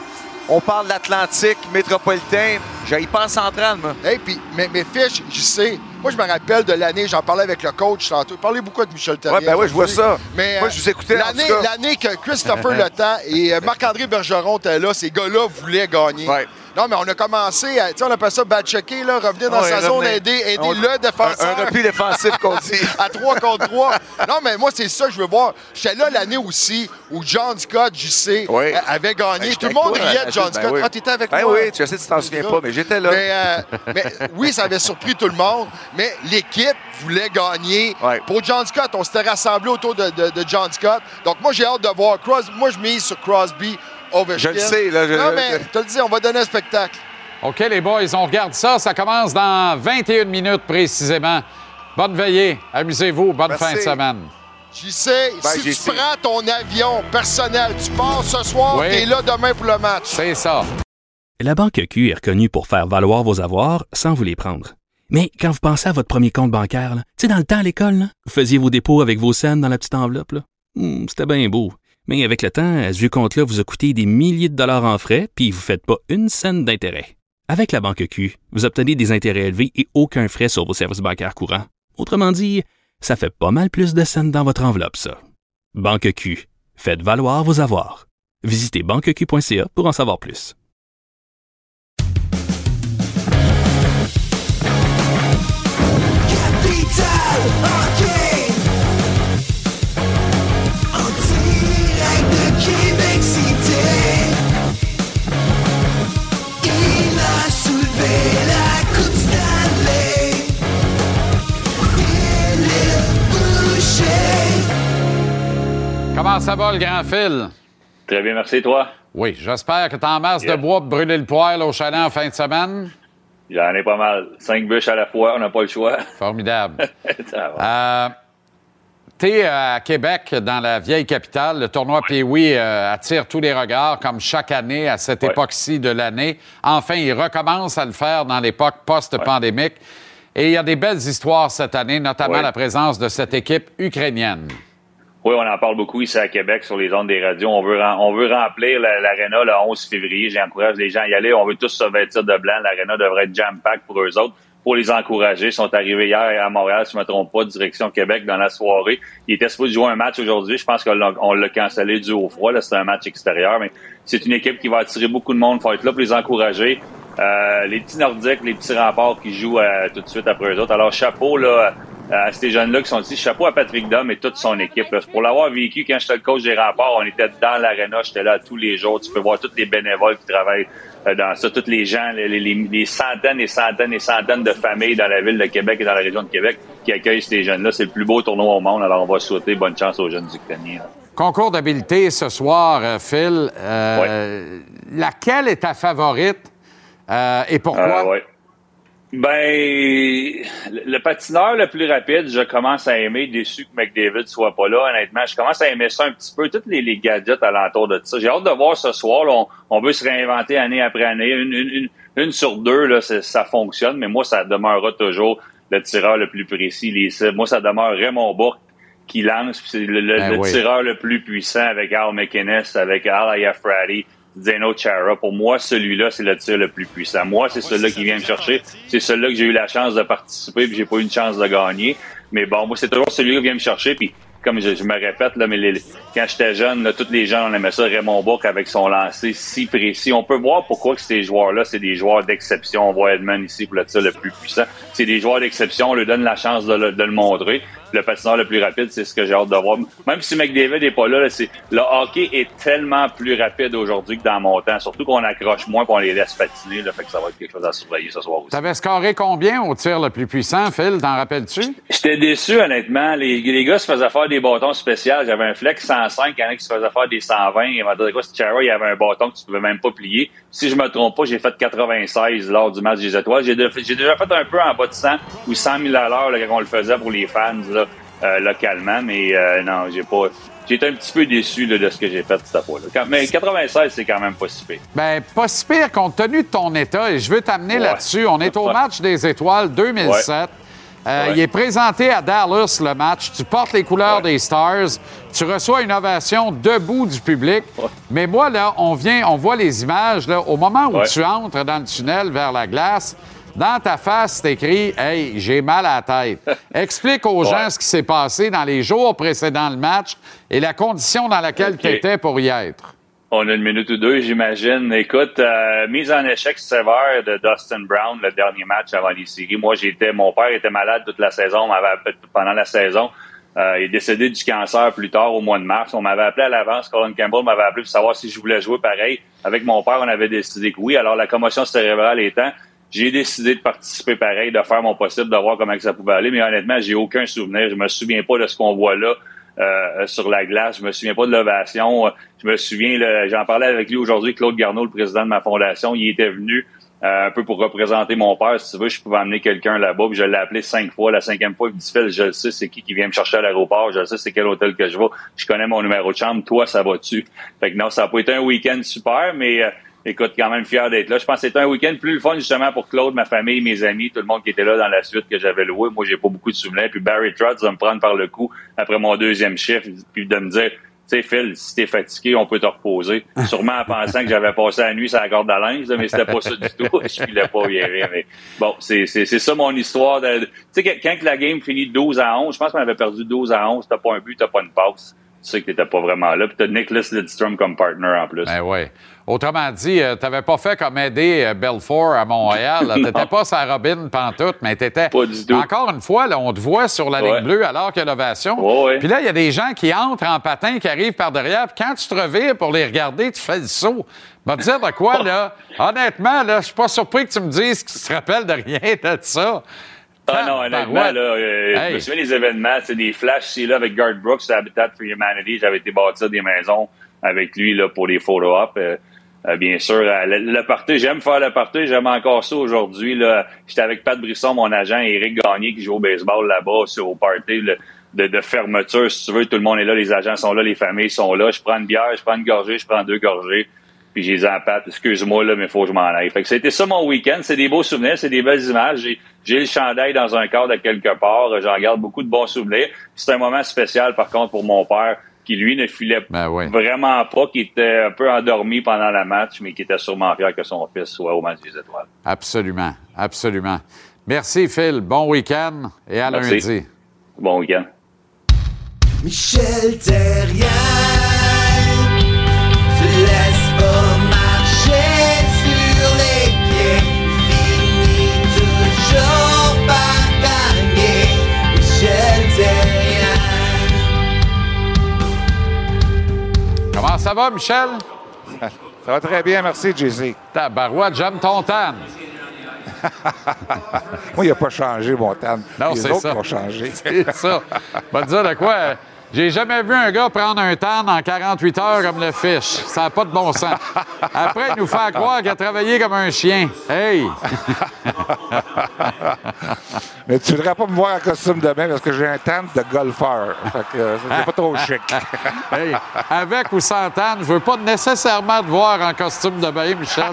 On parle de l'Atlantique métropolitain. J'y pense central, moi. Hey, puis, mais Fish, je sais. Moi, je me rappelle de l'année, j'en parlais avec le coach tantôt. Il parlait beaucoup de Michel Therrien. Oui, ben oui, je vois ça. Mais, moi, je vous écoutais. L'année que Christopher Le Temps et Marc-André Bergeron étaient là, ces gars-là voulaient gagner. Ouais. Non, mais on a commencé à, on appelle ça bad-checker, là, revenir dans sa zone, aider le défenseur. Un repli défensif qu'on dit. À 3 contre 3. Non, mais moi, c'est ça que je veux voir. J'étais là l'année aussi où John Scott, JC, avait gagné. Tout le monde riait de John Scott. Oui. Ah, t'étais avec moi. Oui, tu sais, tu t'en souviens pas, mais j'étais là. Mais oui, ça avait surpris tout le monde, mais l'équipe voulait gagner. Ouais. Pour John Scott, on s'était rassemblés autour de John Scott. Donc, moi, j'ai hâte de voir Crosby. Moi, je mise sur Crosby. Ovechkin. Je le sais, là. Non, mais je te le dis, on va donner un spectacle. OK, les boys, on regarde ça. Ça commence dans 21 minutes précisément. Bonne veillée. Amusez-vous. Bonne fin de semaine. Je sais, si tu prends ton avion personnel, tu pars ce soir, t'es là demain pour le match. C'est ça. La Banque Q est reconnue pour faire valoir vos avoirs sans vous les prendre. Mais quand vous pensez à votre premier compte bancaire, tu sais, dans le temps à l'école, vous faisiez vos dépôts avec vos scènes dans la petite enveloppe. C'était bien beau. Mais avec le temps, ce vieux compte-là vous a coûté des milliers de dollars en frais, puis vous ne faites pas une scène d'intérêt. Avec la Banque Q, vous obtenez des intérêts élevés et aucun frais sur vos services bancaires courants. Autrement dit, ça fait pas mal plus de scènes dans votre enveloppe, ça. Banque Q. Faites valoir vos avoirs. Visitez banqueq.ca pour en savoir plus. Comment ça va, le grand Phil? Très bien, merci, toi. Oui, j'espère que tu as en masse de bois pour brûler le poêle au chalet en fin de semaine. J'en ai pas mal. 5 bûches à la fois, on n'a pas le choix. Formidable. T'es à Québec, dans la vieille capitale. Le tournoi Pee-Wee attire tous les regards, comme chaque année à cette époque-ci de l'année. Enfin, il recommence à le faire dans l'époque post-pandémique. Et il y a des belles histoires cette année, notamment la présence de cette équipe ukrainienne. Oui, on en parle beaucoup ici à Québec sur les ondes des radios. On veut remplir l'aréna le 11 février. J'encourage les gens à y aller. On veut tous se vêtir de blanc. L'aréna devrait être jam-pack pour eux autres. Pour les encourager. Ils sont arrivés hier à Montréal, si je ne me trompe pas, direction Québec dans la soirée. Ils étaient supposés jouer un match aujourd'hui. Je pense qu'on l'a cancellé dû au froid. Là, c'est un match extérieur. Mais c'est une équipe qui va attirer beaucoup de monde. Il faut être là pour les encourager. Les petits Nordiques, les petits remparts qui jouent tout de suite après eux autres. Alors, chapeau là à ces jeunes-là qui sont ici. Chapeau à Patrick Dom et toute son équipe. Là. Pour l'avoir vécu, quand j'étais le coach des remparts, on était dans l'aréna, j'étais là tous les jours. Tu peux voir tous les bénévoles qui travaillent dans ça, tous les gens, les centaines et centaines et centaines de familles dans la ville de Québec et dans la région de Québec qui accueillent ces jeunes-là. C'est le plus beau tournoi au monde. Alors, on va souhaiter bonne chance aux jeunes Ukrainiens. Concours d'habileté ce soir, Phil. Laquelle est ta favorite et pourquoi? Ben, le patineur le plus rapide, je commence à aimer, déçu que McDavid soit pas là, honnêtement. Je commence à aimer ça un petit peu, tous les gadgets alentour de ça. J'ai hâte de voir ce soir, là, on veut se réinventer année après année. Une sur deux, là, ça fonctionne, mais moi, ça demeurera toujours le tireur le plus précis, les cibles. Moi, ça demeure Raymond Bourque qui lance, puis c'est le tireur le plus puissant avec Al McInnes, avec Al Iafrate, Zdeno Chara. Pour moi, celui-là, c'est le tir le plus puissant. Moi, c'est celui-là qui vient me chercher. C'est celui-là que j'ai eu la chance de participer puis j'ai pas eu une chance de gagner. Mais bon, moi, c'est toujours celui-là qui vient me chercher. Puis, comme je me répète, là, mais quand j'étais jeune, là, tous les gens, on aimait ça. Raymond Bourque avec son lancer si précis. On peut voir pourquoi que ces joueurs-là, c'est des joueurs d'exception. On voit Edmond ici pour le tir le plus puissant. C'est des joueurs d'exception. On leur donne la chance de le montrer. Le patineur le plus rapide, c'est ce que j'ai hâte de voir. Même si McDavid n'est pas là, le hockey est tellement plus rapide aujourd'hui que dans mon temps. Surtout qu'on accroche moins et on les laisse patiner. Là, fait que ça va être quelque chose à surveiller ce soir aussi. T'avais scoré combien au tir le plus puissant, Phil? T'en rappelles-tu? J'étais déçu, honnêtement. Les gars se faisaient faire des bâtons spéciaux. J'avais un flex 105, il y en a qui se faisaient faire des 120. Il m'a dit quoi, Chara, il y avait un bâton que tu pouvais même pas plier. Si je me trompe pas, j'ai fait 96 lors du match des étoiles. J'ai déjà fait un peu en bas de 100 ou 100 000 à l'heure quand on le faisait pour les fans là, localement. Mais non, j'ai été un petit peu déçu là, de ce que j'ai fait cette fois-là. Mais 96, c'est quand même pas si pire. Bien, pas si pire compte tenu de ton état. Et je veux t'amener là-dessus. On est au match des étoiles 2007. Il est présenté à Dallas, le match. Tu portes les couleurs des Stars. Tu reçois une ovation debout du public. Mais moi, là, on voit les images. Là, au moment où tu entres dans le tunnel vers la glace, dans ta face, c'est écrit « Hey, j'ai mal à la tête ». Explique aux gens ce qui s'est passé dans les jours précédents le match et la condition dans laquelle tu étais pour y être. On a une minute ou deux, j'imagine. Écoute, mise en échec sévère de Dustin Brown, le dernier match avant les séries. Moi, mon père était malade toute la saison, pendant la saison. Il est décédé du cancer plus tard, au mois de mars. On m'avait appelé à l'avance. Colin Campbell m'avait appelé pour savoir si je voulais jouer pareil. Avec mon père, on avait décidé que oui. Alors, la commotion cérébrale étant, j'ai décidé de participer pareil, de faire mon possible, de voir comment ça pouvait aller. Mais honnêtement, j'ai aucun souvenir. Je me souviens pas de ce qu'on voit là. Sur la glace. Je me souviens pas de l'ovation. Je me souviens, j'en parlais avec lui aujourd'hui, Claude Garneau, le président de ma fondation. Il était venu un peu pour représenter mon père. Si tu veux, je pouvais amener quelqu'un là-bas. Puis je l'ai appelé 5 fois. La 5e fois, il me dit, Phil, je le sais, c'est qui vient me chercher à l'aéroport. Je le sais, c'est quel hôtel que je vais. Je connais mon numéro de chambre. Toi, ça va-tu? Fait que non, ça n'a pas été un week-end super, mais écoute, quand même fier d'être là. Je pense que c'était un week-end plus le fun justement pour Claude, ma famille, mes amis, tout le monde qui était là dans la suite que j'avais loué. Moi, j'ai pas beaucoup de souvenirs. Puis Barry Trotz va me prendre par le cou après mon deuxième chiffre, puis de me dire, tu sais, Phil, si t'es fatigué, on peut te reposer. Sûrement en pensant que j'avais passé la nuit sur la corde à linge, mais c'était pas ça du tout. Je filais pas bien. Mais bon, c'est ça mon histoire. Tu sais, quand la game finit 12-11, je pense qu'on avait perdu 12-11. T'as pas un but, t'as pas une passe. Tu sais que t'étais pas vraiment là. Puis t'as Nicholas Lidstrom comme partner en plus. Ben oui. Autrement dit, t'avais pas fait comme aider Belfort à Montréal. T'étais pas sa Robin pantoute, mais t'étais... Pas du tout. Encore une fois, là, on te voit sur la ligne bleue alors qu'il y a l'ovation. Puis là, il y a des gens qui entrent en patin, qui arrivent par derrière. Puis quand tu te revires pour les regarder, tu fais le saut. Je vais te dire de quoi, là? Honnêtement, là, je suis pas surpris que tu me dises que tu te rappelles de rien de ça. Ah non, honnêtement, là, je me souviens des événements, c'est des flashs, c'est là avec Garth Brooks, Habitat for Humanity, j'avais été bâtir des maisons avec lui là pour les photo-ops. Bien sûr, le party, j'aime faire le party, j'aime encore ça aujourd'hui. Là, j'étais avec Pat Brisson, mon agent, et Éric Gagné qui joue au baseball là-bas au party de fermeture. Si tu veux, tout le monde est là, les agents sont là, les familles sont là. Je prends une bière, je prends une gorgée, je prends 2 gorgées. Puis j'ai dit à Pat, excuse-moi, là, mais il faut que je m'en aille. Fait que c'était ça mon week-end. C'est des beaux souvenirs, c'est des belles images. J'ai le chandail dans un cadre à quelque part. J'en garde beaucoup de bons souvenirs. C'est un moment spécial, par contre, pour mon père, qui, lui, ne filait vraiment pas, qui était un peu endormi pendant le match, mais qui était sûrement fier que son fils soit au match des étoiles. Absolument, absolument. Merci, Phil. Bon week-end et à lundi. Bon week-end. Michel Therrien, tu laisses pas marcher sur les pieds, finis toujours par gagner. Michel Therrien. Comment ça va, Michel? Ça va très bien, merci, JC. Tabarouette, j'aime ton tan. Moi, il n'a pas changé, mon tan. Non, les c'est autres ça. qui ont changé. C'est ça. Je vais te dire de quoi. J'ai jamais vu un gars prendre un tan en 48 heures comme le fish. Ça n'a pas de bon sens. Après, il nous fait croire qu'il a travaillé comme un chien. Hey! Mais tu ne voudrais pas me voir en costume demain parce que j'ai un tan de golfeur. Fait que c'est pas trop chic. Hey, avec ou sans tan, je veux pas nécessairement te voir en costume de bain, Michel.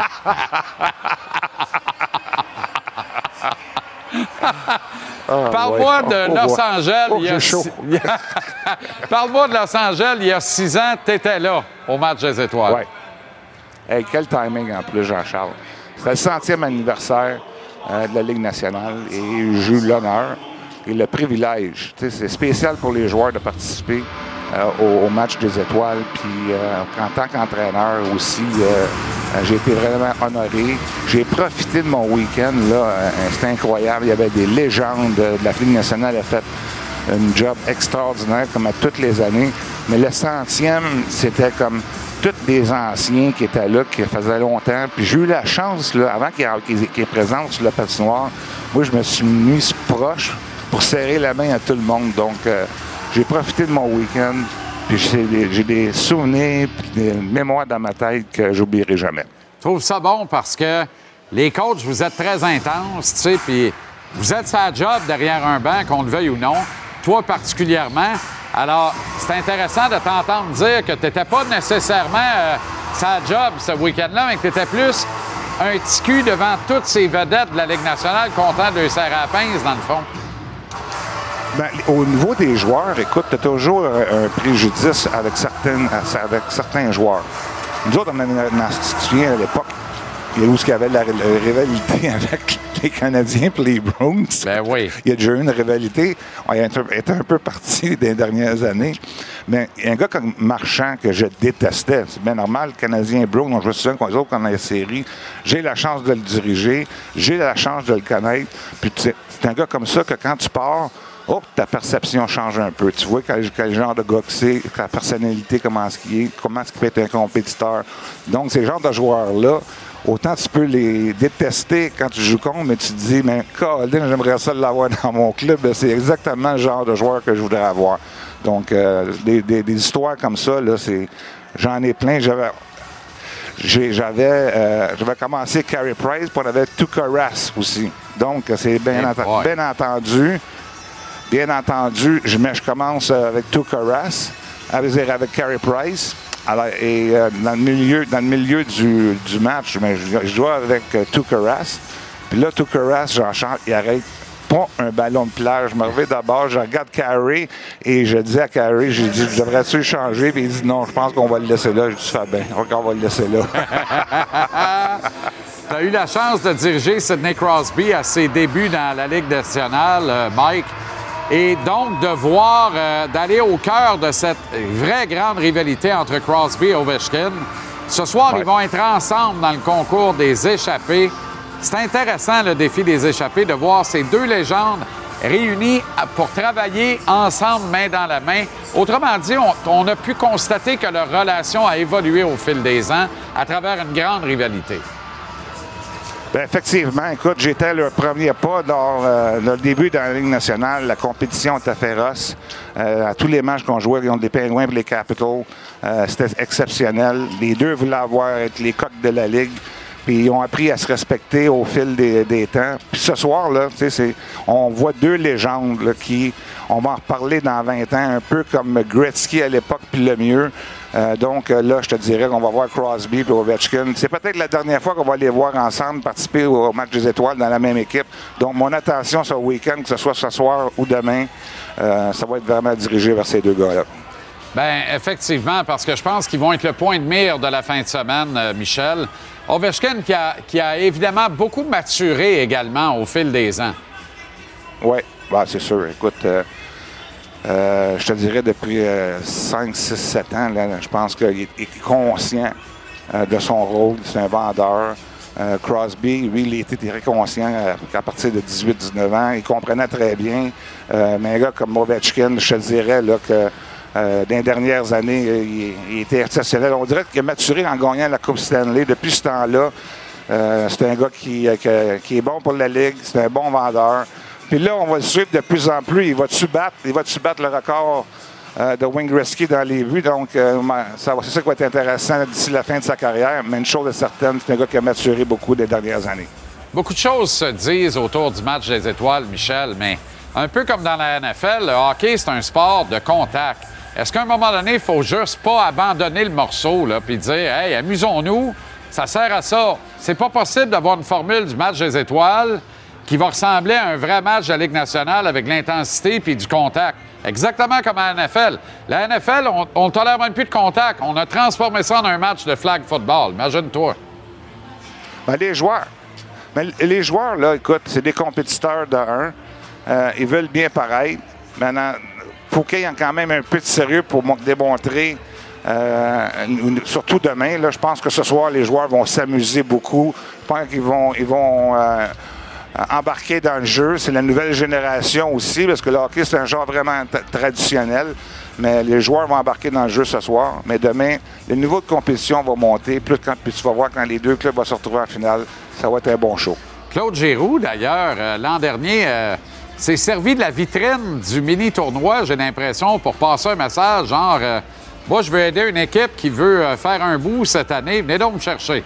Parle-moi de Los Angeles. Parle-moi de Los Angeles, il y a 6 ans, tu étais là au match des étoiles. Oui. Hey, quel timing en plus, Jean-Charles. C'était le 100e anniversaire de la Ligue nationale et j'ai eu l'honneur et le privilège. C'est spécial pour les joueurs de participer au match des étoiles. Puis en tant qu'entraîneur aussi, j'ai été vraiment honoré. J'ai profité de mon week-end. C'était incroyable. Il y avait des légendes de la Ligue nationale. Elle a fait un job extraordinaire comme à toutes les années. Mais le 100e, c'était comme tous les anciens qui étaient là, qui faisaient longtemps. Puis j'ai eu la chance, là, avant qu'ils présentent sur la patinoire, moi, je me suis mis proche pour serrer la main à tout le monde. Donc, j'ai profité de mon week-end. Puis j'ai des souvenirs et des mémoires dans ma tête que j'oublierai jamais. Je trouve ça bon parce que les coachs, vous êtes très intenses, tu sais, puis vous êtes sa job derrière un banc, qu'on le veuille ou non. Toi particulièrement. Alors, c'est intéressant de t'entendre dire que tu n'étais pas nécessairement sa job ce week-end-là, mais que tu étais plus un petit cul devant toutes ces vedettes de la Ligue nationale, content de le serrer à la pince, dans le fond? Bien, au niveau des joueurs, écoute, tu as toujours un préjudice avec certains joueurs. Nous autres, on se souvient à l'époque, il y a où il y avait la rivalité avec les Canadiens et les Bruins. Ben oui. Il y a déjà eu une rivalité. On était un peu parti des dernières années. Mais il y a un gars comme Marchand que je détestais. C'est bien normal. Canadiens et Bruins, je me souviens qu'on autres, quand on a la série, j'ai la chance de le diriger, j'ai la chance de le connaître. Puis c'est un gars comme ça que quand tu pars, ta perception change un peu. Tu vois quel genre de gars que c'est, sa personnalité, comment est-ce qu'il peut être un compétiteur. Donc, ces genres de joueurs-là, autant tu peux les détester quand tu joues contre, mais tu te dis, mais Colin, j'aimerais ça l'avoir dans mon club. C'est exactement le genre de joueur que je voudrais avoir. Donc, des histoires comme ça, là, j'en ai plein. J'avais commencé Carey Price, puis on avait Tuukka Rask aussi. Donc, c'est bien entendu. Bien entendu, je commence avec Tuukka Rask, avec Carey Price. Alors, et dans le milieu du match, je joue avec Tuukka Rask. Puis là, Tuukka Rask, Jean-Charles, il arrête pas un ballon de plage. Je me reviens d'abord, je regarde Carey et je dis à Carey, j'ai dit, devrais-tu le changer? Puis il dit, non, je pense qu'on va le laisser là. Je dis, fais bien, on va le laisser là. Tu as eu la chance de diriger Sidney Crosby à ses débuts dans la Ligue nationale, Mike. Et donc, de voir, d'aller au cœur de cette vraie grande rivalité entre Crosby et Ovechkin. Ce soir, Ils vont être ensemble dans le concours des échappés. C'est intéressant, le défi des échappés, de voir ces deux légendes réunies pour travailler ensemble, main dans la main. Autrement dit, on a pu constater que leur relation a évolué au fil des ans à travers une grande rivalité. Bien, effectivement, écoute, j'étais le premier pas lors le début dans la Ligue nationale. La compétition était féroce. À tous les matchs qu'on jouait contre les Penguins et les Capitals, c'était exceptionnel. Les deux voulaient être les coqs de la Ligue. Puis ils ont appris à se respecter au fil des temps. Puis ce soir, là, on voit deux légendes là, on va en reparler dans 20 ans, un peu comme Gretzky à l'époque, puis Lemieux. Donc là, je te dirais qu'on va voir Crosby et Ovechkin. C'est peut-être la dernière fois qu'on va les voir ensemble participer au match des étoiles dans la même équipe. Donc mon attention ce week-end, que ce soit ce soir ou demain, ça va être vraiment dirigé vers ces deux gars-là. Bien, effectivement, parce que je pense qu'ils vont être le point de mire de la fin de semaine, Michel. Ovechkin qui a évidemment beaucoup maturé également au fil des ans. Oui, c'est sûr. Écoute, je te dirais depuis 5, 6, 7 ans, là, je pense qu'il est conscient de son rôle. C'est un vendeur. Crosby, lui, il était très conscient qu'à partir de 18-19 ans, il comprenait très bien. Mais un gars comme Ovechkin, je te dirais là, que dans les dernières années, il était exceptionnel. On dirait qu'il a maturé en gagnant la Coupe Stanley. Depuis ce temps-là, c'est un gars qui est bon pour la Ligue. C'est un bon vendeur. Puis là, on va le suivre de plus en plus. Il va-tu battre le record de Wayne Gretzky dans les buts? Donc, c'est ça qui va être intéressant d'ici la fin de sa carrière. Mais une chose est certaine, c'est un gars qui a maturé beaucoup des dernières années. Beaucoup de choses se disent autour du match des étoiles, Michel, mais un peu comme dans la NFL, le hockey, c'est un sport de contact. Est-ce qu'à un moment donné, il ne faut juste pas abandonner le morceau puis dire « Hey, amusons-nous, ça sert à ça. » C'est pas possible d'avoir une formule du match des étoiles qui va ressembler à un vrai match de la Ligue nationale avec l'intensité puis du contact. Exactement comme à la NFL. La NFL, on ne tolère même plus de contact. On a transformé ça en un match de flag football. Imagine-toi. Bien, les joueurs, là, écoute, c'est des compétiteurs de un. Ils veulent bien paraître. Maintenant, il faut qu'il y ait quand même un peu de sérieux pour démontrer, surtout demain. Là, je pense que ce soir, les joueurs vont s'amuser beaucoup. Je pense qu'ils vont embarquer dans le jeu. C'est la nouvelle génération aussi, parce que le hockey, c'est un genre vraiment traditionnel. Mais les joueurs vont embarquer dans le jeu ce soir. Mais demain, le niveau de compétition va monter. Puis tu vas voir quand les deux clubs vont se retrouver en finale, ça va être un bon show. Claude Giroux, d'ailleurs, l'an dernier, s'est servi de la vitrine du mini-tournoi, j'ai l'impression, pour passer un message genre moi, je veux aider une équipe qui veut faire un bout cette année. Venez donc me chercher.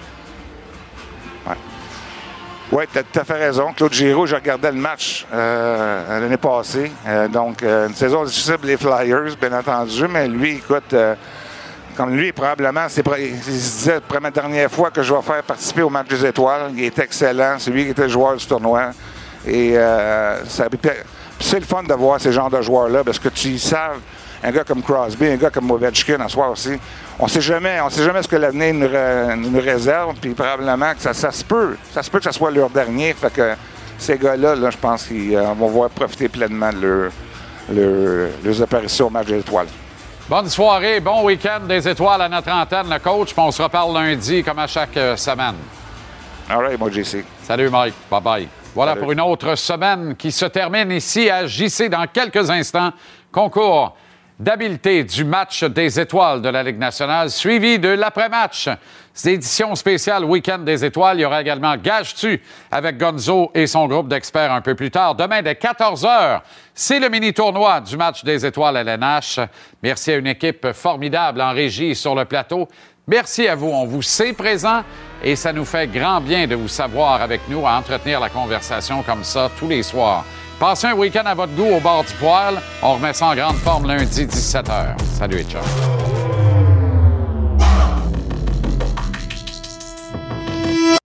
Oui, tu as tout à fait raison. Claude Giroux, je regardais le match l'année passée. Donc, une saison difficile pour les Flyers, bien entendu. Mais lui, écoute, Comme lui, probablement, il se disait la dernière fois que je vais faire participer au match des étoiles. Il est excellent. C'est lui qui était le joueur du tournoi. Et c'est le fun de voir ces genres de joueurs-là parce que tu savent, un gars comme Crosby, un gars comme Ovechkin, en soi aussi, on sait jamais ce que l'avenir nous réserve. Puis probablement que ça se peut que ça soit leur dernier. Fait que ces gars-là, là, je pense qu'ils vont voir profiter pleinement de leurs apparitions au match des étoiles. Bonne soirée, bon week-end des étoiles à notre antenne, le coach. Puis on se reparle lundi, comme à chaque semaine. All right, moi, JC. Salut, Mike. Bye-bye. Voilà Salut. pour une autre semaine qui se termine ici à JC dans quelques instants. Concours d'habileté du match des étoiles de la Ligue nationale, suivi de l'après-match. C'est édition spéciale Week-end des étoiles. Il y aura également Gage-tu avec Gonzo et son groupe d'experts un peu plus tard. Demain, dès 14h, c'est le mini-tournoi du match des étoiles LNH. Merci à une équipe formidable en régie et sur le plateau. Merci à vous. On vous sait présent et ça nous fait grand bien de vous savoir avec nous, à entretenir la conversation comme ça tous les soirs. Passez un week-end à votre goût au bord du poêle. On remet ça en grande forme lundi 17h. Salut et ciao.